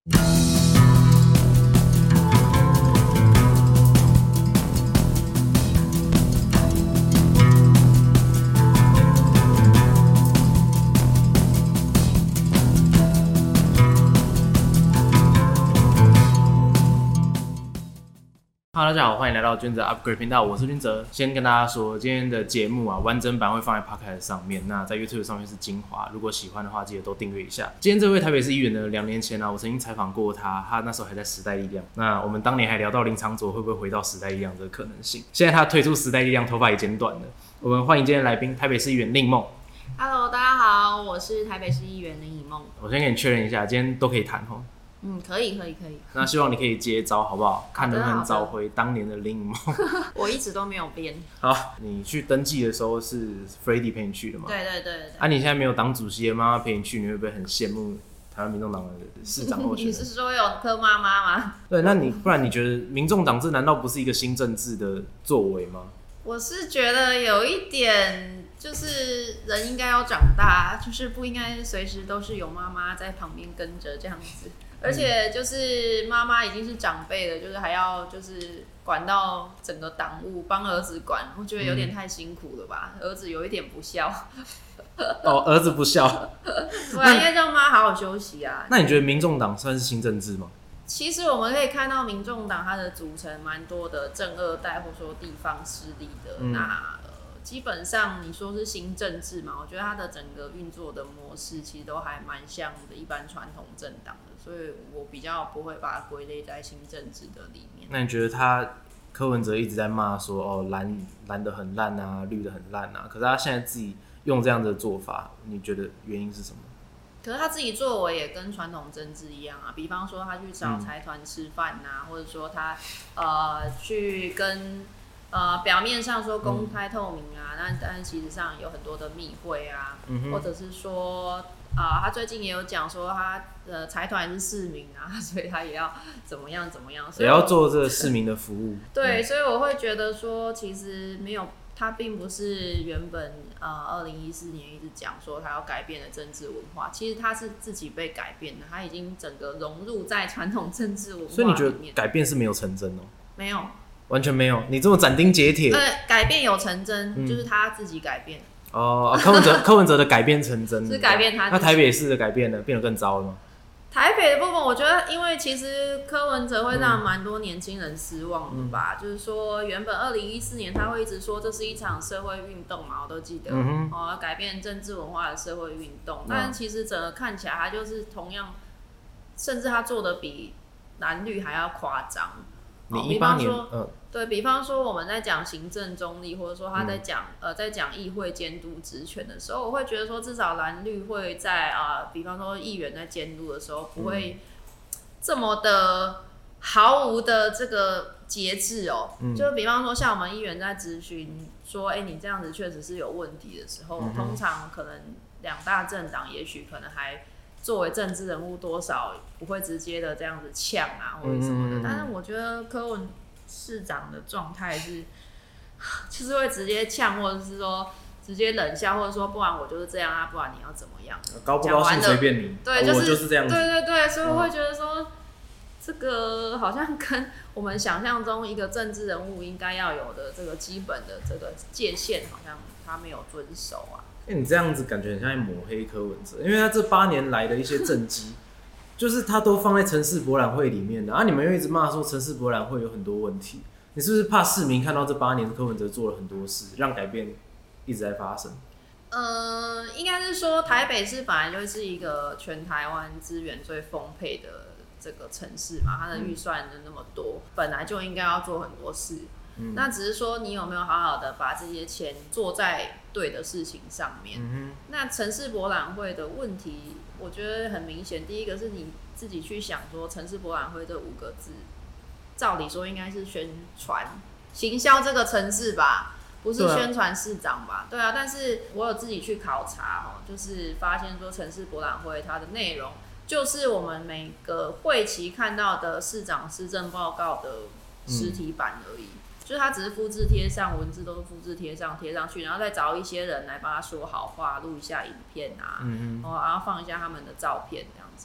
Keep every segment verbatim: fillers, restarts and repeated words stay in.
Hello， 大家好，欢迎来到君哲 Upgrade 频道，我是君哲。先跟大家说，今天的节目啊，完整版会放在 Podcast 上面，那在 YouTube 上面是精华。如果喜欢的话，记得都订阅一下。今天这位台北市议员呢，两年前啊，我曾经采访过他，他那时候还在时代力量。那我们当年还聊到林昶佐会不会回到时代力量这个可能性。现在他退出时代力量，头发也剪短了。我们欢迎今天的来宾，台北市议员令梦。 Hello， 大家好，我是台北市议员林以梦。 我先跟你确认一下，今天都可以谈齁。 嗯，可以，可以，可以。 那希望你可以接招，好不好？看能不能找回当年的林以梦。 我一直都没有变。 好，你去登记的时候是 Freddy 陪你去的吗？ 对对对对。 啊，你现在没有党主席的妈妈陪你去，你会不会很羡慕台湾民众党的市长候选人？ 你是说有柯妈妈吗？ 对，那你不然你觉得民众党这难道不是一个新政治的作为吗？ 我是觉得有一点，就是人应该要长大，就是不应该随时都是有妈妈在旁边跟着这样子。而且就是妈妈已经是长辈了，就是还要就是管到整个党务，帮儿子管，我觉得有点太辛苦了吧。嗯、儿子有一点不孝。 哦，儿子不孝。 对啊，因为让妈好好休息啊。 那你觉得民众党算是新政治吗？ 其实我们可以看到民众党它的组成蛮多的正二代或者说地方势力的，嗯、那、呃、基本上你说是新政治嘛，我觉得它的整个运作的模式其实都还蛮像的一般传统政党的，所以我比较不会把它归类在新政治的里面。 那你觉得他柯文哲一直在骂说哦蓝蓝的很烂啊，绿的很烂啊，可是他现在自己用这样的做法，你觉得原因是什么？ 可是他自己作为也跟传统政治一样啊，比方说他去找财团吃饭啊，嗯、或者说他呃去跟呃表面上说公开透明啊，但、嗯、但其实上有很多的密会啊，嗯、或者是说啊、呃、他最近也有讲说他呃财团是市民啊，所以他也要怎么样怎么样，所以也要做这个市民的服务。 对，所以我会觉得说其实没有。他并不是原本呃二零一四年一直讲说他要改变的政治文化，其实他是自己被改变的，他已经整个融入在传统政治文化里面。 所以你觉得改变是没有成真哦？ 没有， 完全没有。你这么斩钉截铁。 呃，改变有成真，嗯、就是他自己改变。 哦，柯文哲柯文哲的改变成真， 是改变他自己。 那台北市的改变呢，变得更糟了吗？ 台北的部分，我觉得，因为其实柯文哲会让蛮多年轻人失望的吧。嗯、就是说，原本二零一四年他会一直说这是一场社会运动嘛，我都记得，嗯、哦，改变政治文化的社会运动。嗯、但其实整个看起来，他就是同样，甚至他做的比蓝绿还要夸张。 你一八年， 嗯，对比方说我们在讲行政中立，或者说他在讲、嗯、呃在讲议会监督职权的时候，我会觉得说至少蓝绿会在啊、呃，比方说议员在监督的时候不会这么的毫无的这个节制哦。嗯、就比方说像我们议员在质询说，哎、欸，你这样子确实是有问题的时候，嗯、通常可能两大政党也许可能还。作为政治人物，多少不会直接的这样子呛啊，或者什么的。嗯、但是我觉得柯文市长的状态是，就是会直接呛，或者是说直接冷笑，或者说不然我就是这样啊，不然你要怎么样？ 高不高兴随便你。 对，就是、 我就是这样子。 对对对，所以我会觉得说，嗯、这个好像跟我们想象中一个政治人物应该要有的这个基本的这个界限，好像他没有遵守啊。 欸、你这样子感觉很像在抹黑柯文哲，因为他这八年来的一些政绩，就是他都放在城市博览会里面的啊。你们又一直骂说城市博览会有很多问题，你是不是怕市民看到这八年柯文哲做了很多事，让改变一直在发生？ 呃，应该是说台北市本来就是一个全台湾资源最丰沛的这个城市嘛，它的预算的那么多，本来就应该要做很多事。嗯、那只是说你有没有好好的把这些钱做在对的事情上面。嗯、那城市博览会的问题，我觉得很明显。第一个是你自己去想说，城市博览会这五个字，照理说应该是宣传、行销这个城市吧，不是宣传市长吧？对啊。但是我有自己去考察哦，就是发现说城市博览会它的内容，就是我们每个会期看到的市长施政报告的实体版而已。嗯就是他只是复制贴上，文字都是复制贴上贴上去，然后再找一些人来帮他说好话，录一下影片啊，嗯、然后放一下他们的照片这样子。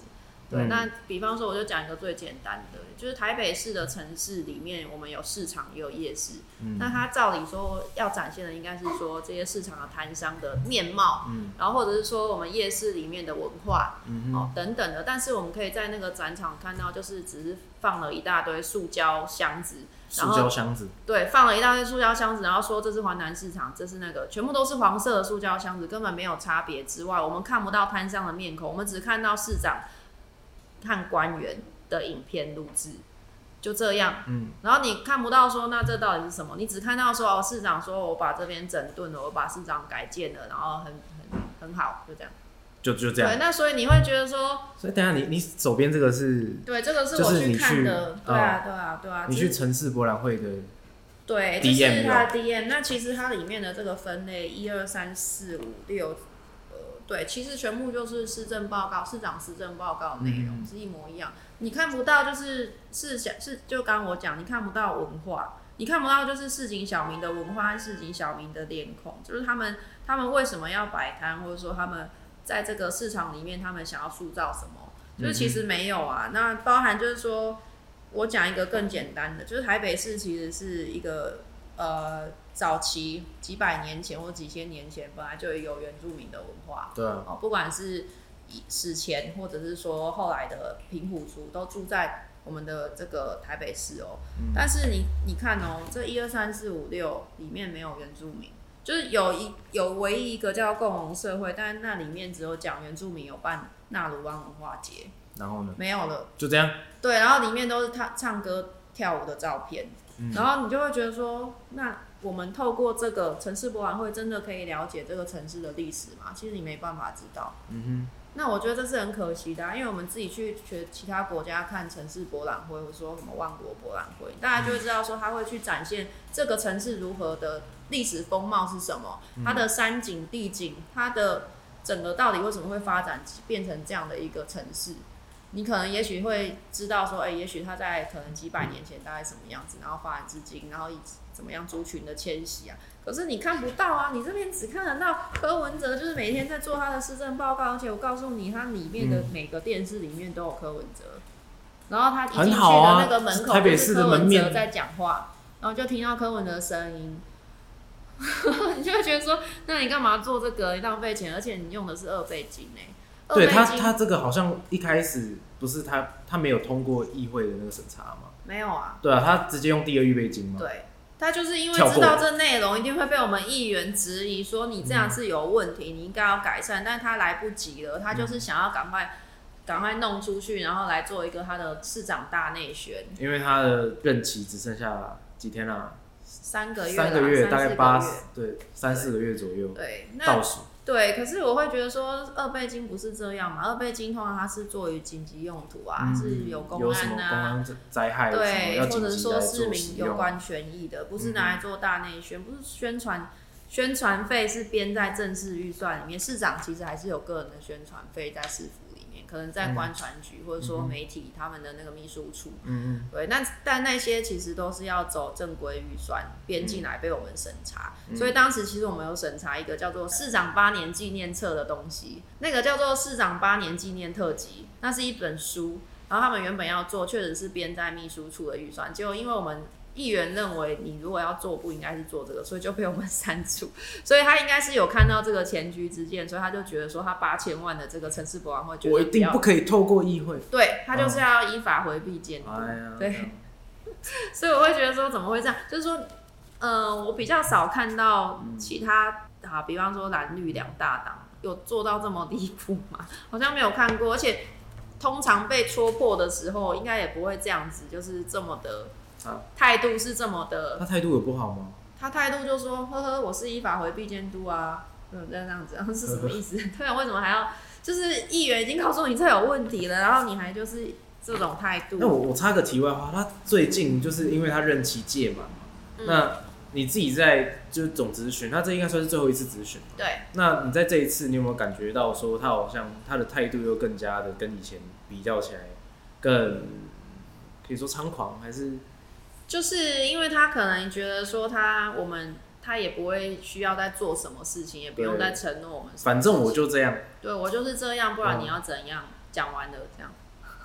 对， 嗯、 那比方说我就讲一个最简单的，就是台北市的城市里面，我们有市场也有夜市。嗯、那它照理说要展现的应该是说这些市场的摊商的面貌，嗯、然后或者是说我们夜市里面的文化，嗯、哦等等的。但是我们可以在那个展场看到，就是只是放了一大堆塑胶箱子。 塑胶箱子， 对，放了一大堆塑胶箱子，然后说这是环南市场，这是那个，全部都是黄色的塑胶箱子，根本没有差别之外，我们看不到摊商的面孔，我们只看到市长和官员的影片录制，就这样。嗯，然后你看不到说那这到底是什么，你只看到说哦，市长说我把这边整顿了，我把市场改建了，然后很很很好，就这样。 就就这样。 对，那所以你会觉得说， 所以等一下你你手边这个是， 对，这个是我去看的， 去对啊，对啊，对啊。 你去城市博览会的 D M， 对，这是它的 D M。那其实它里面的这个分类一二三四五六，呃，对，其实全部就是施政报告、市长施政报告内容、嗯、是一模一样。你看不到就是是是，就刚刚我讲，你看不到文化。你看不到就是市井小民的文化和市井小民的脸孔，就是他们他们为什么要摆摊，或者说他们在这个市场里面，他们想要塑造什么？就是其实没有啊。那包含就是说，我讲一个更简单的，就是台北市其实是一个呃早期几百年前或几千年前本来就有原住民的文化， 对啊， 哦，不管是史前或者是说后来的平埔族都住在我们的这个台北市哦。嗯、但是你你看哦，这一二三四五六里面没有原住民。就是有一有唯一一个叫共荣社会，但是那里面只有讲原住民有办纳鲁湾文化节， 然后呢？ 没有了， 就这样。 对，然后里面都是他唱歌跳舞的照片，嗯、然后你就会觉得说，那我们透过这个城市博览会，真的可以了解这个城市的历史吗？其实你没办法知道。嗯哼。那我觉得这是很可惜的、啊，因为我们自己去学其他国家看城市博览会，或者说什么万国博览会，大家就会知道说，他会去展现这个城市如何的历史风貌是什么，它的山景、地景，它的整个到底为什么会发展变成这样的一个城市。你可能也许会知道说，哎、欸，也许它在可能几百年前大概什么样子，然后发展至今，然后以怎么样族群的迁徙啊。可是你看不到啊，你这边只看得到柯文哲就是每天在做他的施政报告，而且我告诉你，他里面的每个电视里面都有柯文哲，然后他一进去的那个门口就是柯文哲在讲话，然后就听到柯文哲的声音，你就会觉得说，那你干嘛做这个？浪费钱，而且你用的是二倍金呢、欸。 对他，他这个好像一开始不是他，他没有通过议会的那个审查嘛？ 没有啊。 对啊，他直接用第二预备金嘛。 对。他就是因为知道这内容一定会被我们议员质疑，说你这样是有问题，嗯、你应该要改善，但他来不及了，他就是想要赶快赶快弄出去，然后来做一个他的市长大内宣。 因为他的任期只剩下几天啊？ 三个月， 三个月，大概八对三四个月左右。 对， 倒数。 对，可是我会觉得说，二倍金不是这样嘛？二倍金通常它是作为紧急用途啊，嗯、是有公安啊， 有什么公安灾害， 对， 或者是说市民有关权益的，不是拿来做大内宣，嗯、不是宣传。宣传费是编在正式预算里面，市长其实还是有个人的宣传费在市府里面，可能在观传局、嗯、或者说媒体他们的那个秘书处，嗯对，那但那些其实都是要走正规预算编进来被我们审查，嗯、所以当时其实我们有审查一个叫做市长八年纪念册的东西，那个叫做市长八年纪念特辑，那是一本书，然后他们原本要做，确实是编在秘书处的预算，结果因为我们议员认为你如果要做不应该是做这个，所以就被我们删除。所以他应该是有看到这个前车之鉴，所以他就觉得说他八千万的这个城市博览会， 我一定不可以透过议会。 对，他就是要依法回避监督。哎呀，对。所以我会觉得说怎么会这样？就是说，呃，我比较少看到其他好，比方说蓝绿两大党有做到这么离谱嘛？好像没有看过，而且通常被戳破的时候，应该也不会这样子，就是这么的。态度是这么的， 他态度有不好吗？ 他态度就说：“呵呵，我是依法回避监督啊，嗯，这样子，然后是什么意思？对啊，为什么还要？就是议员已经告诉你这有问题了，然后你还就是这种态度。” 那我我插个题外话，他最近就是因为他任期届满嘛，嗯、那你自己在就是总质询，他这应该算是最后一次质询。 对。 那你在这一次，你有没有感觉到说他好像他的态度又更加的跟以前比较起来更可以说猖狂，还是？ 就是因为他可能觉得说他我们他也不会需要再做什么事情，也不用再承诺我们。 反正我就这样。 对，我就是这样，不然你要怎样？讲、嗯、完了这样。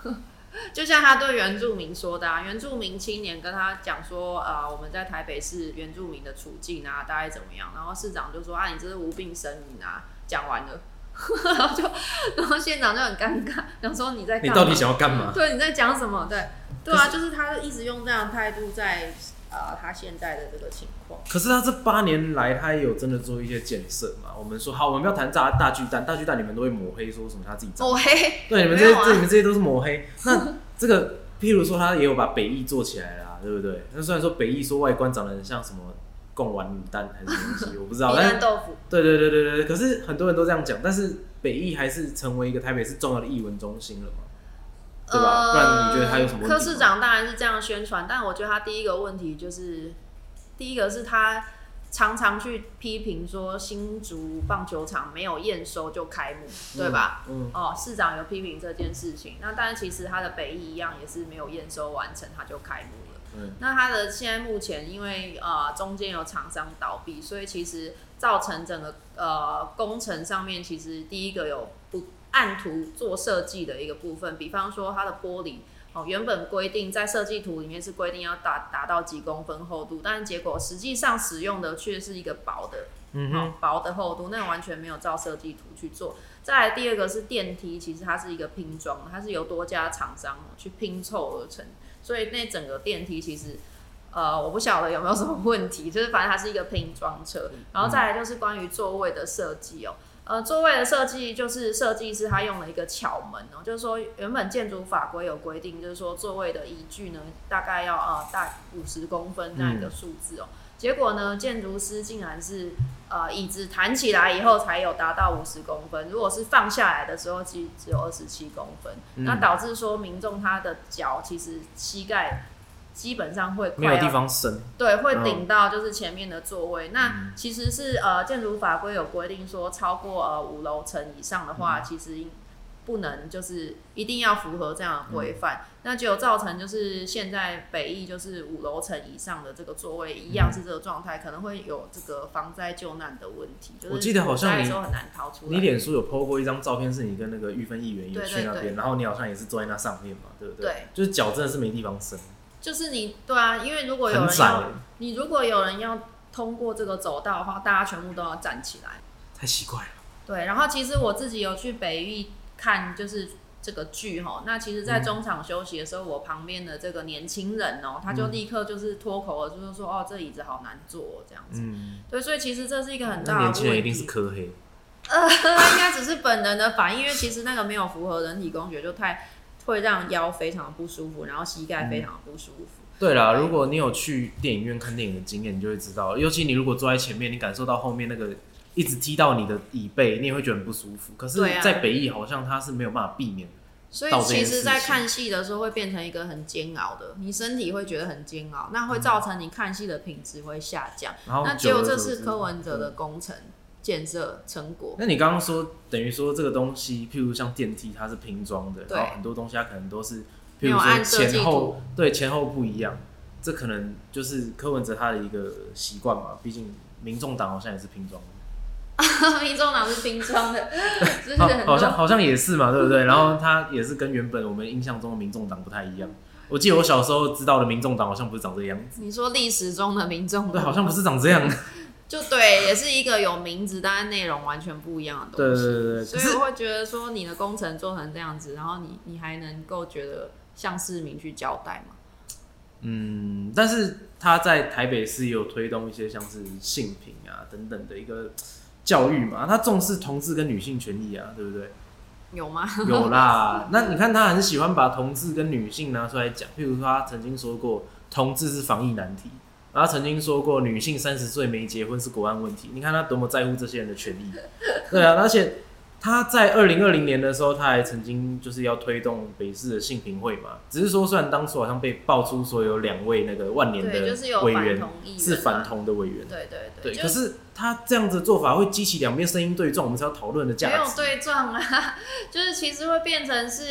就像他对原住民说的啊，原住民青年跟他讲说，呃，我们在台北市原住民的处境啊，大概怎么样？然后市长就说啊，你这是无病呻吟啊，讲完了。然后就，然后县长就很尴尬，想说你在干嘛？ 你到底想要干嘛？ 对，你在讲什么？对，对啊，就是他一直用这样的态度在呃他现在的这个情况。 可是他这八年来，他也有真的做一些建设嘛？我们说好，我们不要谈大大巨蛋，大巨蛋你们都会抹黑，说什么他自己抹黑？ 对，你们这些、 啊、 这你们这些都是抹黑。那这个，譬如说他也有把北艺做起来啦，对不对？那虽然说北艺说外观长得很像什么贡丸卤蛋还是什么东西，我不知道。 但豆腐。 对对对对对，可是很多人都这样讲，但是北艺还是成为一个台北市重要的艺文中心了嘛？对吧？ 呃、 不然你觉得他有什么问题？ 柯市长当然是这样宣传，但我觉得他第一个问题就是，第一个是他常常去批评说新竹棒球场没有验收就开幕，对吧？ 嗯。嗯哦，市长有批评这件事情，那但是其实他的北艺一样也是没有验收完成，他就开幕了。嗯、那他的现在目前因为呃中间有厂商倒闭，所以其实造成整个呃工程上面其实第一个有不按图做设计的一个部分，比方说它的玻璃哦，原本规定在设计图里面是规定要达达到几公分厚度，但是结果实际上使用的却是一个薄的，嗯、哦、薄的厚度，那完全没有照设计图去做。再来第二个是电梯，其实它是一个拼装，它是由多家厂商去拼凑而成。所以那整个电梯其实，呃，我不晓得有没有什么问题，就是反正它是一个拼装车。然后再来就是关于座位的设计哦，呃，座位的设计就是设计师他用了一个巧门哦，就是说原本建筑法规有规定，就是说座位的依据呢大概要呃大五十公分这样一个数字哦。嗯、结果呢，建筑师竟然是呃椅子弹起来以后才有达到五十公分，如果是放下来的时候，其实只有二十七公分，嗯、那导致说民众他的脚其实膝盖基本上会快没有地方伸， 对，会顶到就是前面的座位。嗯、那其实是呃建筑法规有规定说，超过呃五楼层以上的话，嗯、其实不能就是一定要符合这样的规范。嗯、那就造成就是现在北艺就是五楼层以上的这个座位一样是这个状态，嗯、可能会有这个防灾救难的问题。就是、 我记得好像你很难逃出来。 你脸书有 po 过一张照片，是你跟那个玉芬议员有去那边， 对对对， 然后你好像也是坐在那上面嘛，对不对？ 对， 就是脚真的是没地方伸。 就是你对啊，因为如果有人要，你如果有人要通过这个走道的话，大家全部都要站起来， 太奇怪了。 对，然后其实我自己有去北艺看，就是这个剧哈。那其实，在中场休息的时候，嗯、我旁边的这个年轻人哦，他就立刻就是脱口而出，就是说哦，这椅子好难坐这样子。嗯，对，所以其实这是一个很大的问题。 年轻人一定是科黑。 呃，应该只是本能的反应，因为其实那个没有符合人体工学，就太。会让腰非常不舒服，然后膝盖非常不舒服。嗯、 对啦，如果你有去电影院看电影的经验，你就会知道，尤其你如果坐在前面，你感受到后面那个一直踢到你的椅背，你也会觉得很不舒服。可是，在北艺好像它是没有办法避免。 所以其实，在看戏的时候会变成一个很煎熬的，你身体会觉得很煎熬，那会造成你看戏的品质会下降。嗯、那只有这是柯文哲的工程。嗯建设成果。 那你刚刚说，等于说这个东西，譬如像电梯，它是拼装的，然后很多东西它可能都是，譬如说前后对前后不一样，这可能就是柯文哲他的一个习惯嘛。毕竟民众党好像也是拼装的，民众党是拼装的， 好, 好像好像也是嘛，对不对？然后他也是跟原本我们印象中的民众党不太一样。我记得我小时候知道的民众党好像不是长这个样子。 你说历史中的民众党， 对，好像不是长这样。 就对，也是一个有名字，但是内容完全不一样的东西。对对对对。所以我会觉得说，你的工程做成这样子，然后你你还能够觉得向市民去交代吗？ 嗯，但是他在台北市也有推动一些像是性平啊等等的一个教育嘛，他重视同志跟女性权益啊，对不对？ 有吗？ 有啦。那你看他很喜欢把同志跟女性拿出来讲，譬如说他曾经说过，同志是防疫难题。然后曾经说过，女性三十岁没结婚是国安问题。你看他多么在乎这些人的权益，对啊。而且他在二零二零年的时候，他还曾经就是要推动北市的性平会嘛。只是说，虽然当初好像被爆出说有两位那个万年的委员是反同的委员， 对对对。 对，可是他这样子的做法会激起两边声音对撞，我们才要讨论的价值。 没有对撞啊，就是其实会变成是。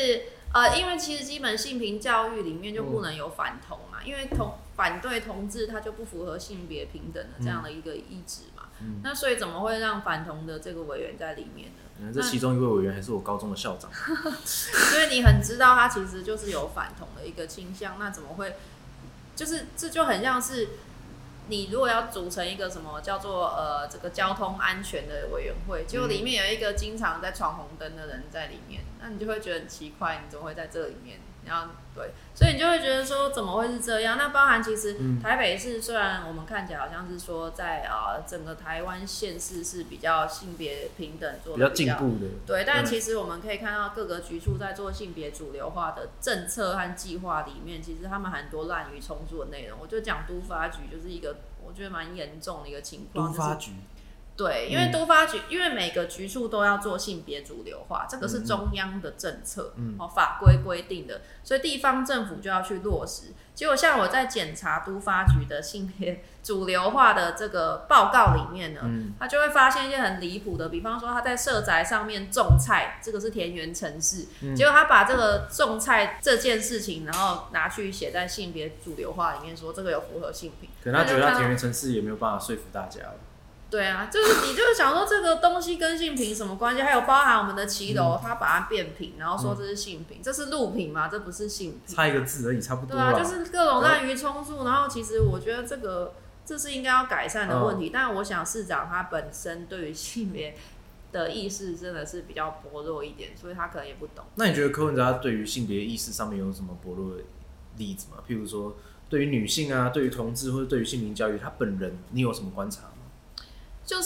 呃，因为其实基本性平教育里面就不能有反同嘛，嗯、因为同反对同志，它就不符合性别平等的这样的一个意志嘛。嗯、那所以怎么会让反同的这个委员在里面呢？ 嗯、这其中一位委员还是我高中的校长， 所以你很知道他其实就是有反同的一个倾向，那怎么会？就是这就很像是。你如果要组成一个什么叫做呃这个交通安全的委员会，结果里面有一个经常在闯红灯的人在里面，那你就会觉得很奇怪，你怎么会在这里面？然后对，所以你就会觉得说怎么会是这样？那包含其实台北市虽然我们看起来好像是说在呃整个台湾县市是比较性别平等做的比较进步的， 对，但其实我们可以看到各个局处在做性别主流化的政策和计划里面，其实他们很多滥竽充数的内容。我就讲都发局就是一个我觉得蛮严重的一个情况。 都发局。 就是对，因为都发局，嗯、因为每个局处都要做性别主流化，这个是中央的政策，嗯、哦法规规定的，所以地方政府就要去落实。结果像我在检查都发局的性别主流化的这个报告里面呢，嗯、他就会发现一些很离谱的，比方说他在社宅上面种菜，这个是田园城市，嗯、结果他把这个种菜这件事情，然后拿去写在性别主流化里面，说这个有符合性平。 可能他觉得他田园城市也没有办法说服大家。 对啊，就是你就是想说这个东西跟性平什么关系？还有包含我们的骑楼，他、嗯、把它变平，然后说这是性平，嗯、这是路平吗？这不是性平， 差一个字而已，差不多。 对啊，就是各种滥竽充数。然后其实我觉得这个这是应该要改善的问题，嗯、但我想市长他本身对于性别的意识真的是比较薄弱一点，所以他可能也不懂。 那你觉得柯文哲他对于性别意识上面有什么薄弱的例子吗？譬如说，对于女性啊，对于同志或者对于性平教育，他本人你有什么观察？ 就是，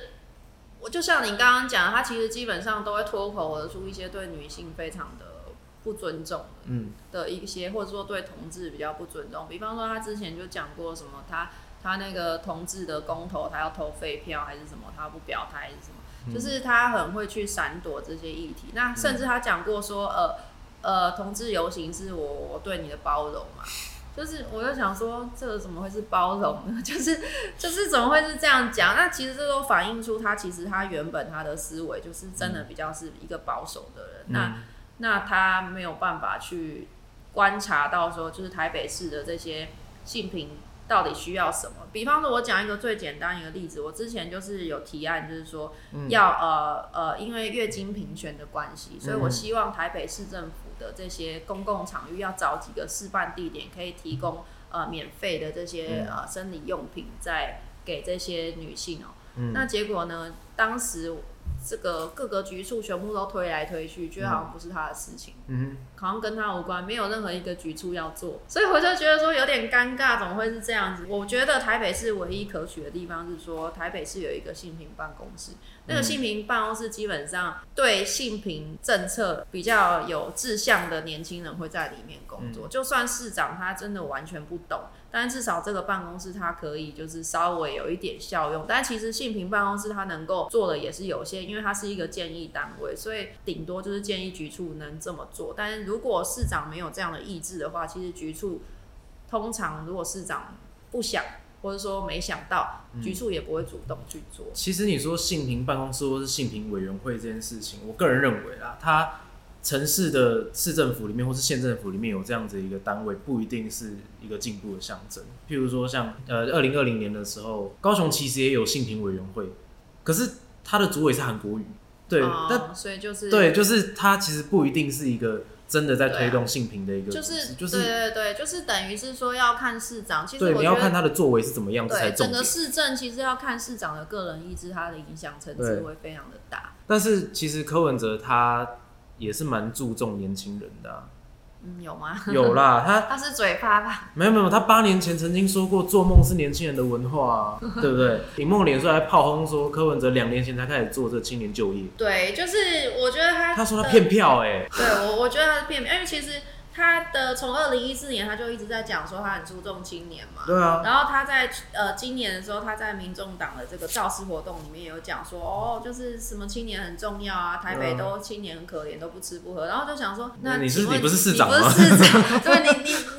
我就像你刚刚讲，他其实基本上都会脱口而出一些对女性非常的不尊重的，嗯、的一些，或者说对同志比较不尊重。比方说，他之前就讲过什么，他他那个同志的公投，他要投废票还是什么，他不表态还是什么，嗯、就是他很会去闪躲这些议题。那甚至他讲过说，呃呃，同志游行是我我对你的包容嘛。就是我就想说，这个怎么会是包容呢？就是就是怎么会是这样讲？那其实这都反映出他其实他原本他的思维就是真的比较是一个保守的人。嗯、那那他没有办法去观察到说，就是台北市的这些性平到底需要什么。比方说，我讲一个最简单一个例子，我之前就是有提案，就是说要、嗯、呃呃，因为月经平权的关系，所以我希望台北市政府的这些公共场域要找几个示范地点，可以提供呃免费的这些呃生理用品，在给这些女性哦、喔。嗯、那结果呢，当时这个各个局处全部都推来推去，觉得好像不是他的事情，嗯、好像跟他无关，没有任何一个局处要做，所以我就觉得说有点尴尬，怎么会是这样子？我觉得台北市唯一可取的地方是说，台北市有一个性平办公室。那个性平办公室基本上对性平政策比较有志向的年轻人会在里面工作，嗯、就算市长他真的完全不懂，但至少这个办公室他可以就是稍微有一点效用。但其实性平办公室他能够做的也是有限，因为它是一个建议单位，所以顶多就是建议局处能这么做。但是如果市长没有这样的意志的话，其实局处通常如果市长不想，或者说没想到，局处也不会主动去做。 其实你说性平办公室或是性平委员会这件事情，我个人认为啦，它城市的市政府里面或是县政府里面有这样子一个单位，不一定是一个进步的象征。譬如说像呃二零二零年的时候，高雄其实也有性平委员会，可是它的主委是韩国瑜，对， 哦、但所以就是对，就是它其实不一定是一个真的在推动性平的一个、 啊，就是就是对对对，就是等于是说要看市长，其实我对你要看他的作为是怎么样，才对整个市政其实要看市长的个人意志，他的影响层次会非常的大。 但是其实柯文哲他也是蛮注重年轻人的、啊。 嗯，有吗？ 有啦，他他是嘴巴吧？ 没有没有，他八年前曾经说过，做梦是年轻人的文化、啊，对不对？李梦脸书还炮轰说，柯文哲两年前才开始做这青年就业。 对，就是我觉得他他说他骗票哎、欸， 对我我觉得他是骗票，因为其实他的从二零一四年他就一直在讲说他很注重青年嘛， 对啊。 然后他在呃今年的时候，他在民众党的这个造势活动里面有讲说，哦，就是什么青年很重要啊，台北都青年很可怜，都不吃不喝。然后就想说，那你是你不是市长吗？ 你不是市长，对你你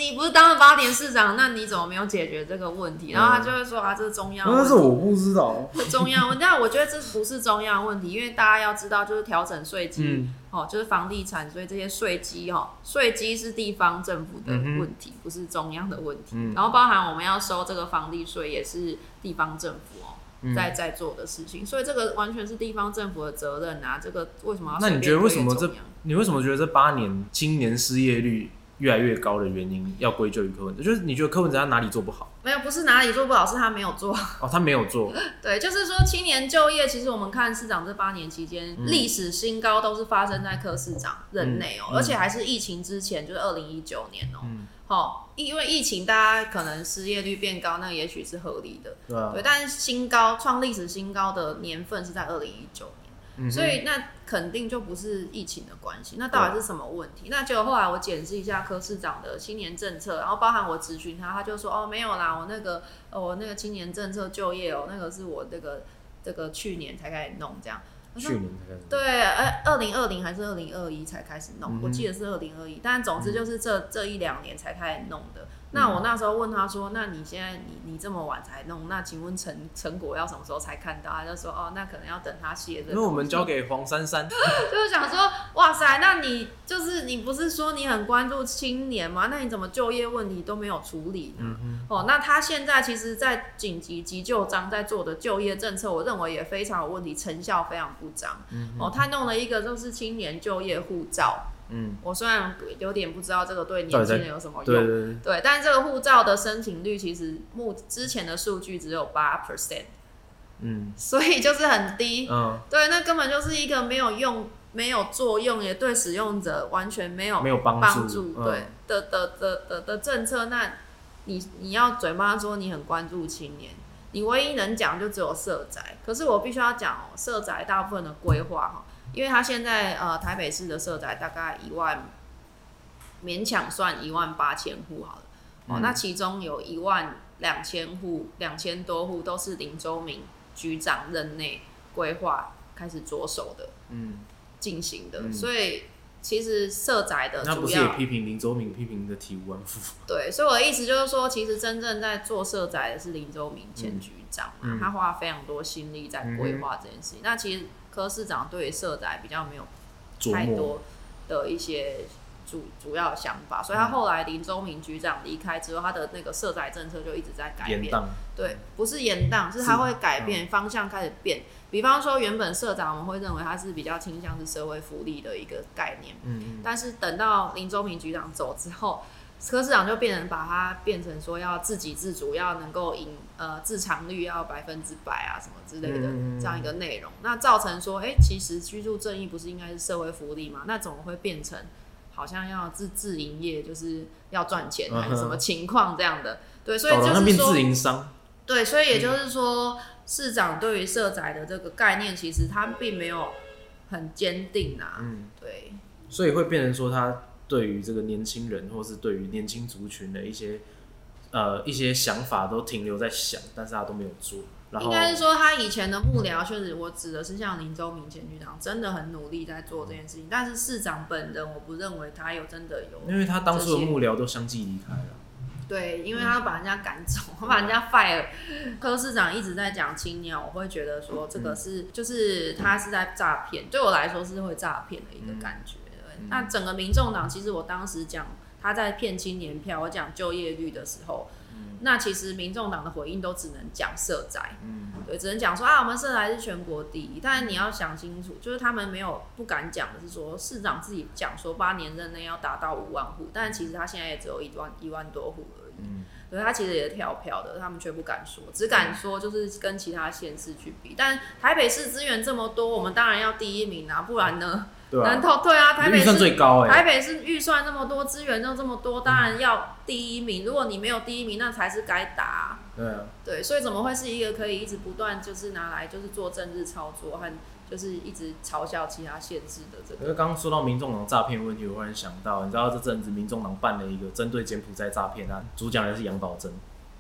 你不是当了八年市长，那你怎么没有解决这个问题？然后他就会说啊，这是中央问题。 但是我不知道， 是中央问题。但我觉得这不是中央问题，因为大家要知道，就是调整税基，嗯哦，就是房地产，所以这些税基哦，税基是地方政府的问题，嗯、不是中央的问题。嗯、然后包含我们要收这个房地税，也是地方政府哦。在在做的事情，所以这个完全是地方政府的责任啊！这个为什么要？ 那你觉得为什么这？你为什么觉得这八年青年失业率越来越高的原因要归咎于柯文哲？就是你觉得柯文哲他哪里做不好？ 没有，不是哪里做不好，是他没有做。 哦，他没有做。 对，就是说青年就业，其实我们看市长这八年期间，历、嗯、史新高都是发生在柯市长任内哦、喔，嗯、而且还是疫情之前，就是二零一九年哦、喔。嗯哦，因为疫情，大家可能失业率变高，那也许是合理的，对、啊、对。但是新高创历史新高的年份是在二零一九年，嗯、所以那肯定就不是疫情的关系。那到底是什么问题？那结果后来我检视一下柯市长的青年政策，然后包含我咨询他，他就说哦没有啦，我那个呃我那个青年政策就业哦，那个是我这个这个去年才开始弄这样。 去年才开始弄对，呃，二零二零还是二零二一才开始弄，嗯、我记得是二零二一，但总之就是这、嗯、这一两年才开始弄的。那我那时候问他说：“那你现在你你这么晚才弄，那请问成成果要什么时候才看到？”他就说：“哦，那可能要等他卸的。” 因为我们交给黄珊珊， 就是想说，哇塞，那你就是你不是说你很关注青年吗？那你怎么就业问题都没有处理呢？嗯、哦，那他现在其实，在紧急急救章在做的就业政策，我认为也非常有问题，成效非常不彰。嗯、哦，他弄了一个就是青年就业护照。嗯，我虽然有点不知道这个对年轻人有什么用，对, 对, 对, 对，但是这个护照的申请率其实目之前的数据只有八 percent， 嗯，所以就是很低，嗯，对，那根本就是一个没有用、没有作用，也对使用者完全没有没有帮助， 对、嗯、的的的的的政策，那你你要嘴巴说你很关注青年，你唯一能讲就只有社宅，可是我必须要讲哦，社宅大部分的规划哈。因为他现在呃台北市的社宅大概一万，勉强算一万八千户好了，哦，嗯、那其中有一万两千户，两千多户都是林周明局长任内规划开始着手的，嗯，进行的，嗯、所以其实社宅的主要， 那不是也批评林周明批评的体无完肤？ 对，所以我的意思就是说，其实真正在做社宅的是林周明前局长嘛，嗯、他花非常多心力在规划这件事情，嗯、那其实。柯市长对社宅比较没有太多的一些主主要的想法，所以他后来林周明局长离开之后，他的那个社宅政策就一直在改变。对，不是延宕，是他会改变、嗯、方向开始变。比方说，原本社长我们会认为他是比较倾向是社会福利的一个概念，嗯、但是等到林周明局长走之后。柯市长就变成把它变成说要自给自足，要能够赢呃自偿率要百分之百啊什么之类的这样一个内容，那造成说，哎、欸，其实居住正义不是应该是社会福利吗？那怎么会变成好像要自自营业，就是要赚钱还是什么情况这样的？对，所以就是说， 自营商。 对，所以也就是说，市长对于社宅的这个概念，其实他并没有很坚定啊。嗯，对。 所以会变成说他。对于这个年轻人，或是对于年轻族群的一些呃一些想法，都停留在想，但是他都没有做。然后应该是说，他以前的幕僚，确实我指的是像林周明前局长，真的很努力在做这件事情。但是市长本人，我不认为他有真的有， 因为他当初的幕僚都相继离开了。 对，因为他把人家赶走，他把人家 fire。柯市长一直在讲青鸟，我会觉得说这个是、嗯、就是他是在诈骗，对我来说是会诈骗的一个感觉。嗯、那整个民众党，其实我当时讲他在骗青年票，我讲就业率的时候，嗯、那其实民众党的回应都只能讲社宅，嗯、对，只能讲说啊，我们社宅是全国第一。但是你要想清楚，就是他们没有不敢讲的是说，市长自己讲说八年任内要达到五万户，但其实他现在也只有一万一万多户而已。嗯所以他其实也是跳票的，他们却不敢说，只敢说就是跟其他县市去比。但台北市资源这么多，我们当然要第一名啊，不然呢？ 对啊， 难道对啊？台北市预算最高哎、欸， 台北市预算那么多，资源又这么多，当然要第一名。如果你没有第一名，那才是该打、啊。 对啊， 对，所以怎么会是一个可以一直不断就是拿来就是做政治操作和就是一直嘲笑其他县市的这个？ 因为刚刚说到民众党诈骗问题，我忽然想到，你知道这阵子民众党办了一个针对柬埔寨诈骗案，主讲人是杨宝珍。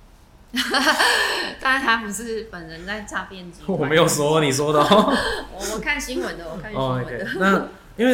但是他不是本人在诈骗集团。 我没有说，你说的、哦。 我我看新闻的，我看新闻的。 哦 okay. 那因为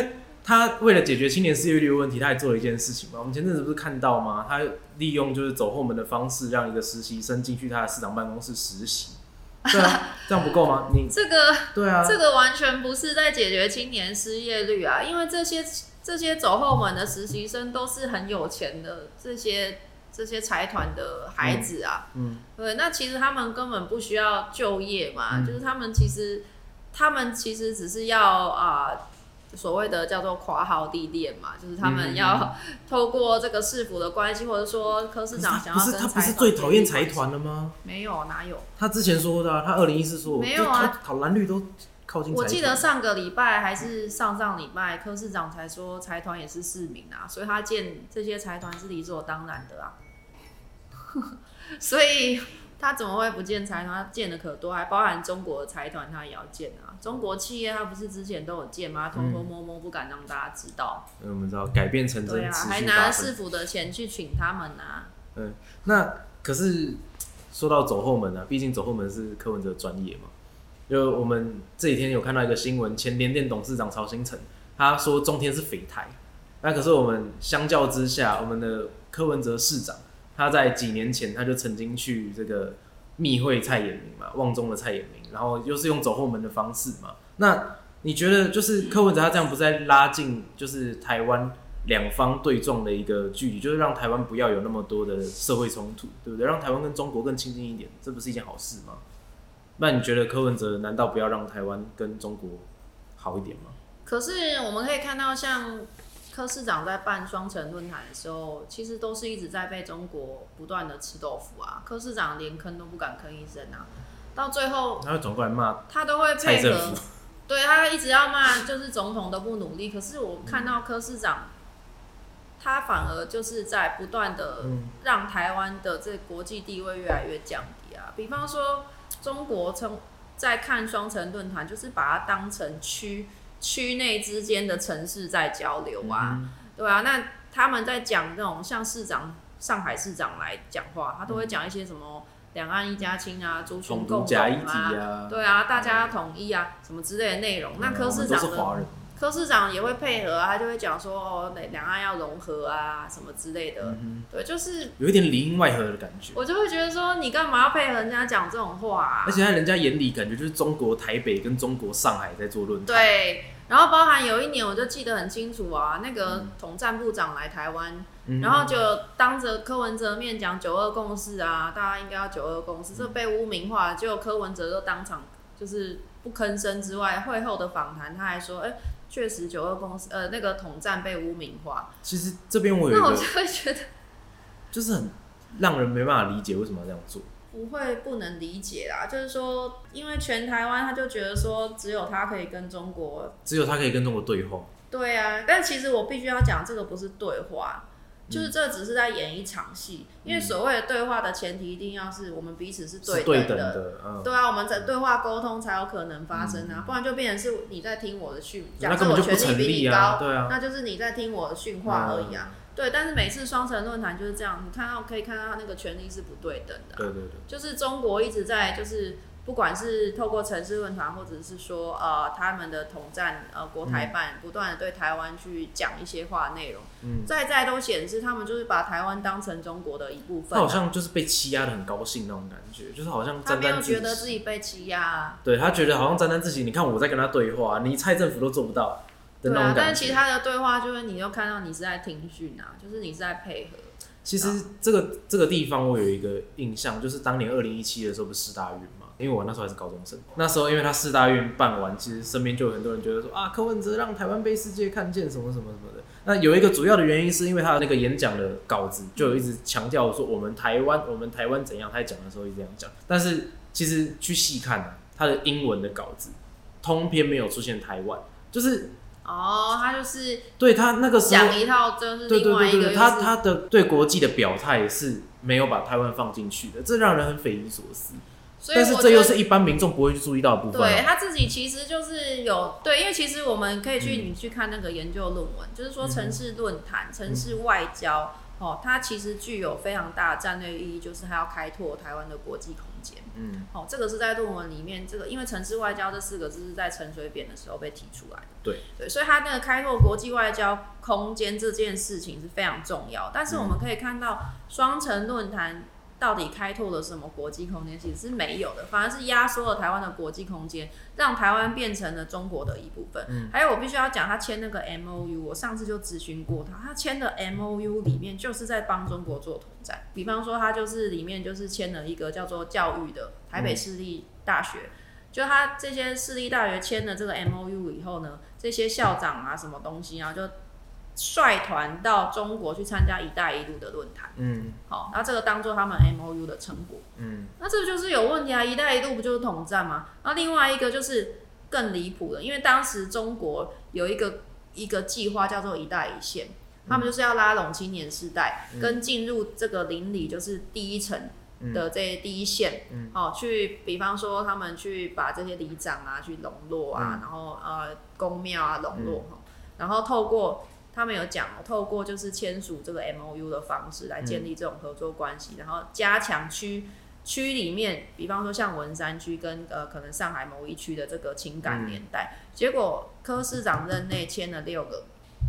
他为了解决青年失业率的问题，他还做了一件事情嘛。我们前阵子不是看到吗？他利用就是走后门的方式，让一个实习生进去他的市长办公室实习。对啊，这样不够吗？你这个对啊， 这个完全不是在解决青年失业率啊，因为这些这些走后门的实习生都是很有钱的这些这些财团的孩子啊。嗯，对，那其实他们根本不需要就业嘛，嗯、就是他们其实他们其实只是要啊。呃所谓的叫做括号地恋嘛，就是他们要透过这个市府的关系，或者说柯市长想要跟财团， 不是他不是最讨厌财团了吗？ 没有，哪有？ 他之前说的、啊，他二零一四说， 没有啊， 讨蓝绿都靠近财团。 我记得上个礼拜还是上上礼拜，柯市长才说财团也是市民啊，所以他建这些财团是理所当然的啊。所以他怎么会不建财团？他建的可多，还包含中国的财团，他也要建啊。中国企业他不是之前都有建吗？偷偷摸摸不敢让大家知道。 嗯，我们知道改变成真， 对啊，还拿市府的钱去请他们啊。 嗯，那可是说到走后门啊，毕竟走后门是柯文哲专业嘛。就我们这几天有看到一个新闻，前联电董事长曹兴诚他说中天是匪台，那可是我们相较之下，我们的柯文哲市长他在几年前他就曾经去这个密会蔡衍明嘛，旺中的蔡衍明，然后又是用走后门的方式嘛。那你觉得就是柯文哲他这样不是在拉近就是台湾两方对撞的一个距离，就是让台湾不要有那么多的社会冲突，对不对？让台湾跟中国更亲近一点，这不是一件好事吗？那你觉得柯文哲难道不要让台湾跟中国好一点吗？ 可是我们可以看到，像柯市长在办双城论坛的时候，其实都是一直在被中国不断的吃豆腐啊。柯市长连吭都不敢吭一声啊，到最后他会转过来骂他都会配合，对他一直要骂，就是总统都不努力。可是我看到柯市长，他反而就是在不断的让台湾的这国际地位越来越降低啊。比方说，中国在看双城论坛，就是把它当成区。区内之间的城市在交流啊，嗯、对啊，那他们在讲那种像市长、上海市长来讲话，他都会讲一些什么两岸一家亲啊、族群共荣啊，啊对啊，大家统一啊，什么之类的内容。嗯、那柯市长呢？柯市长也会配合啊，他就会讲说哦，两岸要融合啊，什么之类的。嗯、对，就是有一点里应外合的感觉。 我就会觉得说，你干嘛要配合人家讲这种话啊？ 而且在人家眼里，感觉就是中国台北跟中国上海在做论坛。 对。然后包含有一年我就记得很清楚啊，那个统战部长来台湾，嗯、然后就当着柯文哲面讲九二共识啊，大家应该要九二共识，这被污名化，结果柯文哲就当场就是不吭声之外，会后的访谈他还说，哎，确实九二共识，呃，那个统战被污名化。 其实这边我有一个， 那我就会觉得， 就是很让人没办法理解为什么要这样做。 不会不能理解啦，就是说，因为全台湾他就觉得说，只有他可以跟中国， 只有他可以跟中国对话。 对啊，但其实我必须要讲，这个不是对话，就是这只是在演一场戏。嗯、因为所谓的对话的前提，一定要是我们彼此是对等的， 是对等的嗯、 对啊，我们在对话沟通才有可能发生啊，嗯、不然就变成是你在听我的训，假设我权力比你高， 啊对啊、 那就是你在听我的训话而已啊。嗯对，但是每次双城论坛就是这样，你看到可以看到他那个权力是不对等的、啊。 对对对。 就是中国一直在，就是不管是透过城市论坛，或者是说呃他们的统战呃国台办，嗯、不断的对台湾去讲一些话内容，嗯，在在都显示他们就是把台湾当成中国的一部分、啊。 他好像就是被欺压的很高兴那种感觉，就是好像沾沾自喜。 他没有觉得自己被欺压、啊。 对他觉得好像沾沾自喜，你看我在跟他对话，你蔡政府都做不到。 对啊，但是其他的对话就是你就看到你是在听讯啊，就是你是在配合。 其实这个这个地方我有一个印象，就是当年二零一七的时候不是世大运嘛，因为我那时候还是高中生，那时候因为他世大运办完，其实身边就有很多人觉得说啊，柯文哲让台湾被世界看见什么什么什么的。那有一个主要的原因是因为他的那个演讲的稿子就有一直强调说我们台湾我们台湾怎样，他在讲的时候一直这样讲，但是其实去细看啊，他的英文的稿子通篇没有出现台湾，就是。 哦，他就是对他那个时候讲一套，就是另外一个、就是， 对对对对，他他的对国际的表态是没有把台湾放进去的，这让人很匪夷所思。但是这又是一般民众不会去注意到的部分、啊。 对他自己其实就是有对，因为其实我们可以去、嗯、你去看那个研究论文，就是说城市论坛、嗯、城市外交。 哦，它其实具有非常大的战略意义，就是它要开拓台湾的国际空间。 嗯， 哦，这个是在论文里面，这个因为城市外交这四个字是在陈水扁的时候被提出来的。 对对，所以它那个开拓国际外交空间这件事情是非常重要。但是我们可以看到，双城论坛到底开拓了什么国际空间，其实是没有的，反而是压缩了台湾的国际空间，让台湾变成了中国的一部分。嗯、还有我必须要讲，他签那个 M O U， 我上次就咨询过他，他签的 M O U 里面就是在帮中国做统战。比方说，他就是里面就是签了一个叫做教育的台北市立大学。嗯，就他这些市立大学签了这个 M O U 以后呢，这些校长啊，什么东西啊，就率团到中国去参加“一带一路”的论坛。嗯，好，那这个当做他们 M O U 的成果。嗯，那这就是有问题啊！“一带一路”不就是统战吗？那另外一个就是更离谱的，因为当时中国有一个一个计划叫做“一带一线”，他们就是要拉拢青年世代，嗯、跟进入这个邻里，就是第一层的这第一线，嗯，哦，去比方说他们去把这些里长啊去笼络啊，嗯、然后呃公庙啊笼络，嗯、然后透过他们有讲，透过就是签署这个 M O U 的方式来建立这种合作关系，嗯、然后加强区区里面，比方说像文山区跟呃可能上海某一区的这个情感连带。嗯、结果柯市长任内签了六个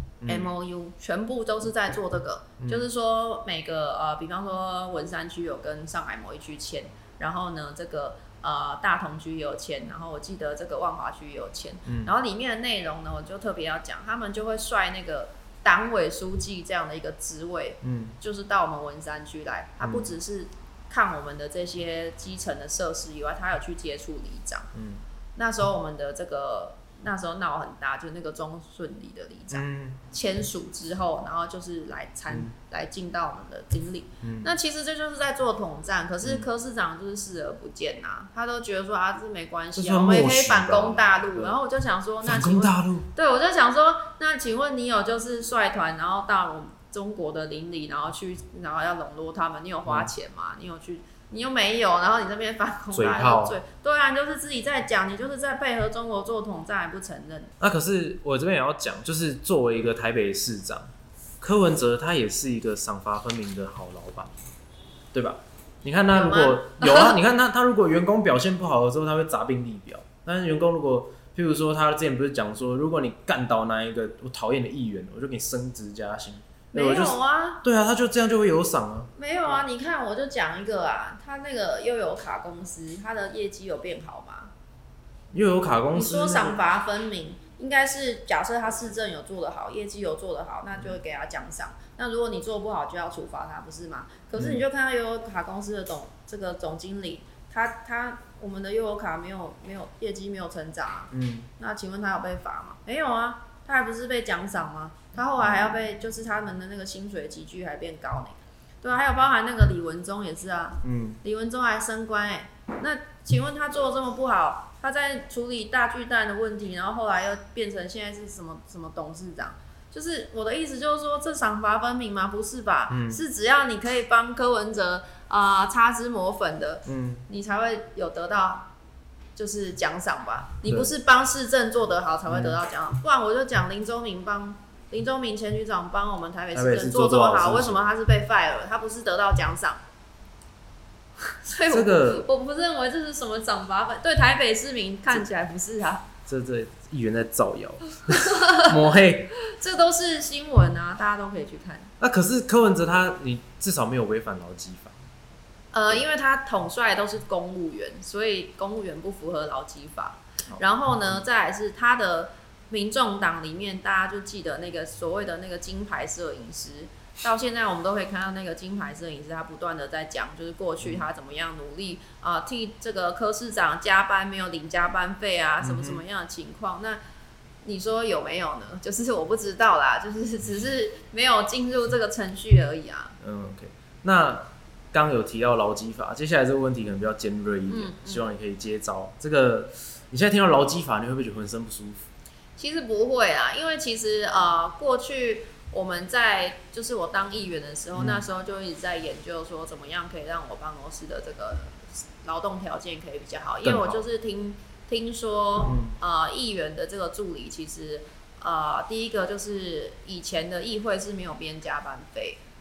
M O U，嗯、全部都是在做这个，嗯、就是说每个呃，比方说文山区有跟上海某一区签，然后呢这个呃大同区也有签，然后我记得这个万华区也有签，嗯、然后里面的内容呢，我就特别要讲，他们就会率那个党委书记这样的一个职位，嗯，就是到我们文山区来，他不只是看我们的这些基层的设施以外，他有去接触里长，嗯，那时候我们的这个。那时候闹很大，就是那个中顺里的里长签署之后，然后就是来参、嗯、来进到我们的经理。嗯、那其实这就是在做统战，可是柯市长就是视而不见呐、啊，他都觉得说啊这没关系啊，我们也可以反攻大陆。然后我就想说，那请问，对我就想说，那请问你有就是率团，然后到我们中国的邻里，然后去，然后要笼络他们，你有花钱吗？嗯、你有去？你又没有，然后你这边反攻大陆，嘴对啊，你就是自己在讲，你就是在配合中国做统战，还不承认。 那可是我这边也要讲，就是作为一个台北市长，柯文哲他也是一个赏罚分明的好老板，对吧？你看他如果 有, 有啊，你看他他如果员工表现不好的时候，他会砸病历表。但是员工如果，譬如说他之前不是讲说，如果你干倒那一个我讨厌的议员，我就给你升职加薪。 没有啊， 对啊，他就这样就会有赏啊。 没有啊，你看我就讲一个啊，他那个悠游卡公司，他的业绩有变好吗？ 悠游卡公司， 你说赏罚分明，应该是假设他市政有做得好，业绩有做得好，那就会给他奖赏。那如果你做不好，就要处罚他，不是吗？可是你就看到悠游卡公司的总这个总经理，他他我们的悠游卡没有没有业绩没有成长啊，嗯，那请问他有被罚吗？没有啊，他还不是被奖赏吗？他后来还要被，就是他们的那个薪水急剧还变高呢，对啊，还有包含那个李文忠也是啊，嗯，李文忠还升官哎，那请问他做的这么不好，他在处理大巨蛋的问题，然后后来又变成现在是什么什么董事长，就是我的意思就是说，这赏罚分明吗？不是吧？嗯、是只要你可以帮柯文哲啊、呃、擦脂抹粉的，嗯，你才会有得到就是奖赏吧？你不是帮市政做得好才会得到奖赏，嗯、不然我就讲林周明帮。林周明前局长帮我们台北市政做这么好，为什么他是被 fire 了？他不是得到奖赏？所以我，这个、我不认为这是什么赏罚分，对台北市民看起来不是啊。 这这议员在造谣，抹黑， 这都是新闻啊，大家都可以去看。 那、啊、可是柯文哲他，你至少没有违反劳基法。 呃，因为他统帅都是公务员，所以公务员不符合劳基法。然后呢，再来是他的。民众党里面，大家就记得那个所谓的那个金牌摄影师，到现在我们都可以看到那个金牌摄影师，他不断的在讲，就是过去他怎么样努力啊、呃，替这个柯市长加班没有领加班费啊，什么什么样的情况？那你说有没有呢？就是我不知道啦，就是只是没有进入这个程序而已啊。 嗯 ，OK。那刚有提到劳基法，接下来这个问题可能比较尖锐一点，嗯嗯、希望你可以接招。这个你现在听到劳基法，你会不会觉得浑身不舒服？ 其实不会啊，因为其实呃，过去我们在就是我当议员的时候，嗯、那时候就一直在研究说怎么样可以让我办公室的这个劳动条件可以比较好，因为我就是听听说、嗯、呃，议员的这个助理其实呃，第一个就是以前的议会是没有编加班费，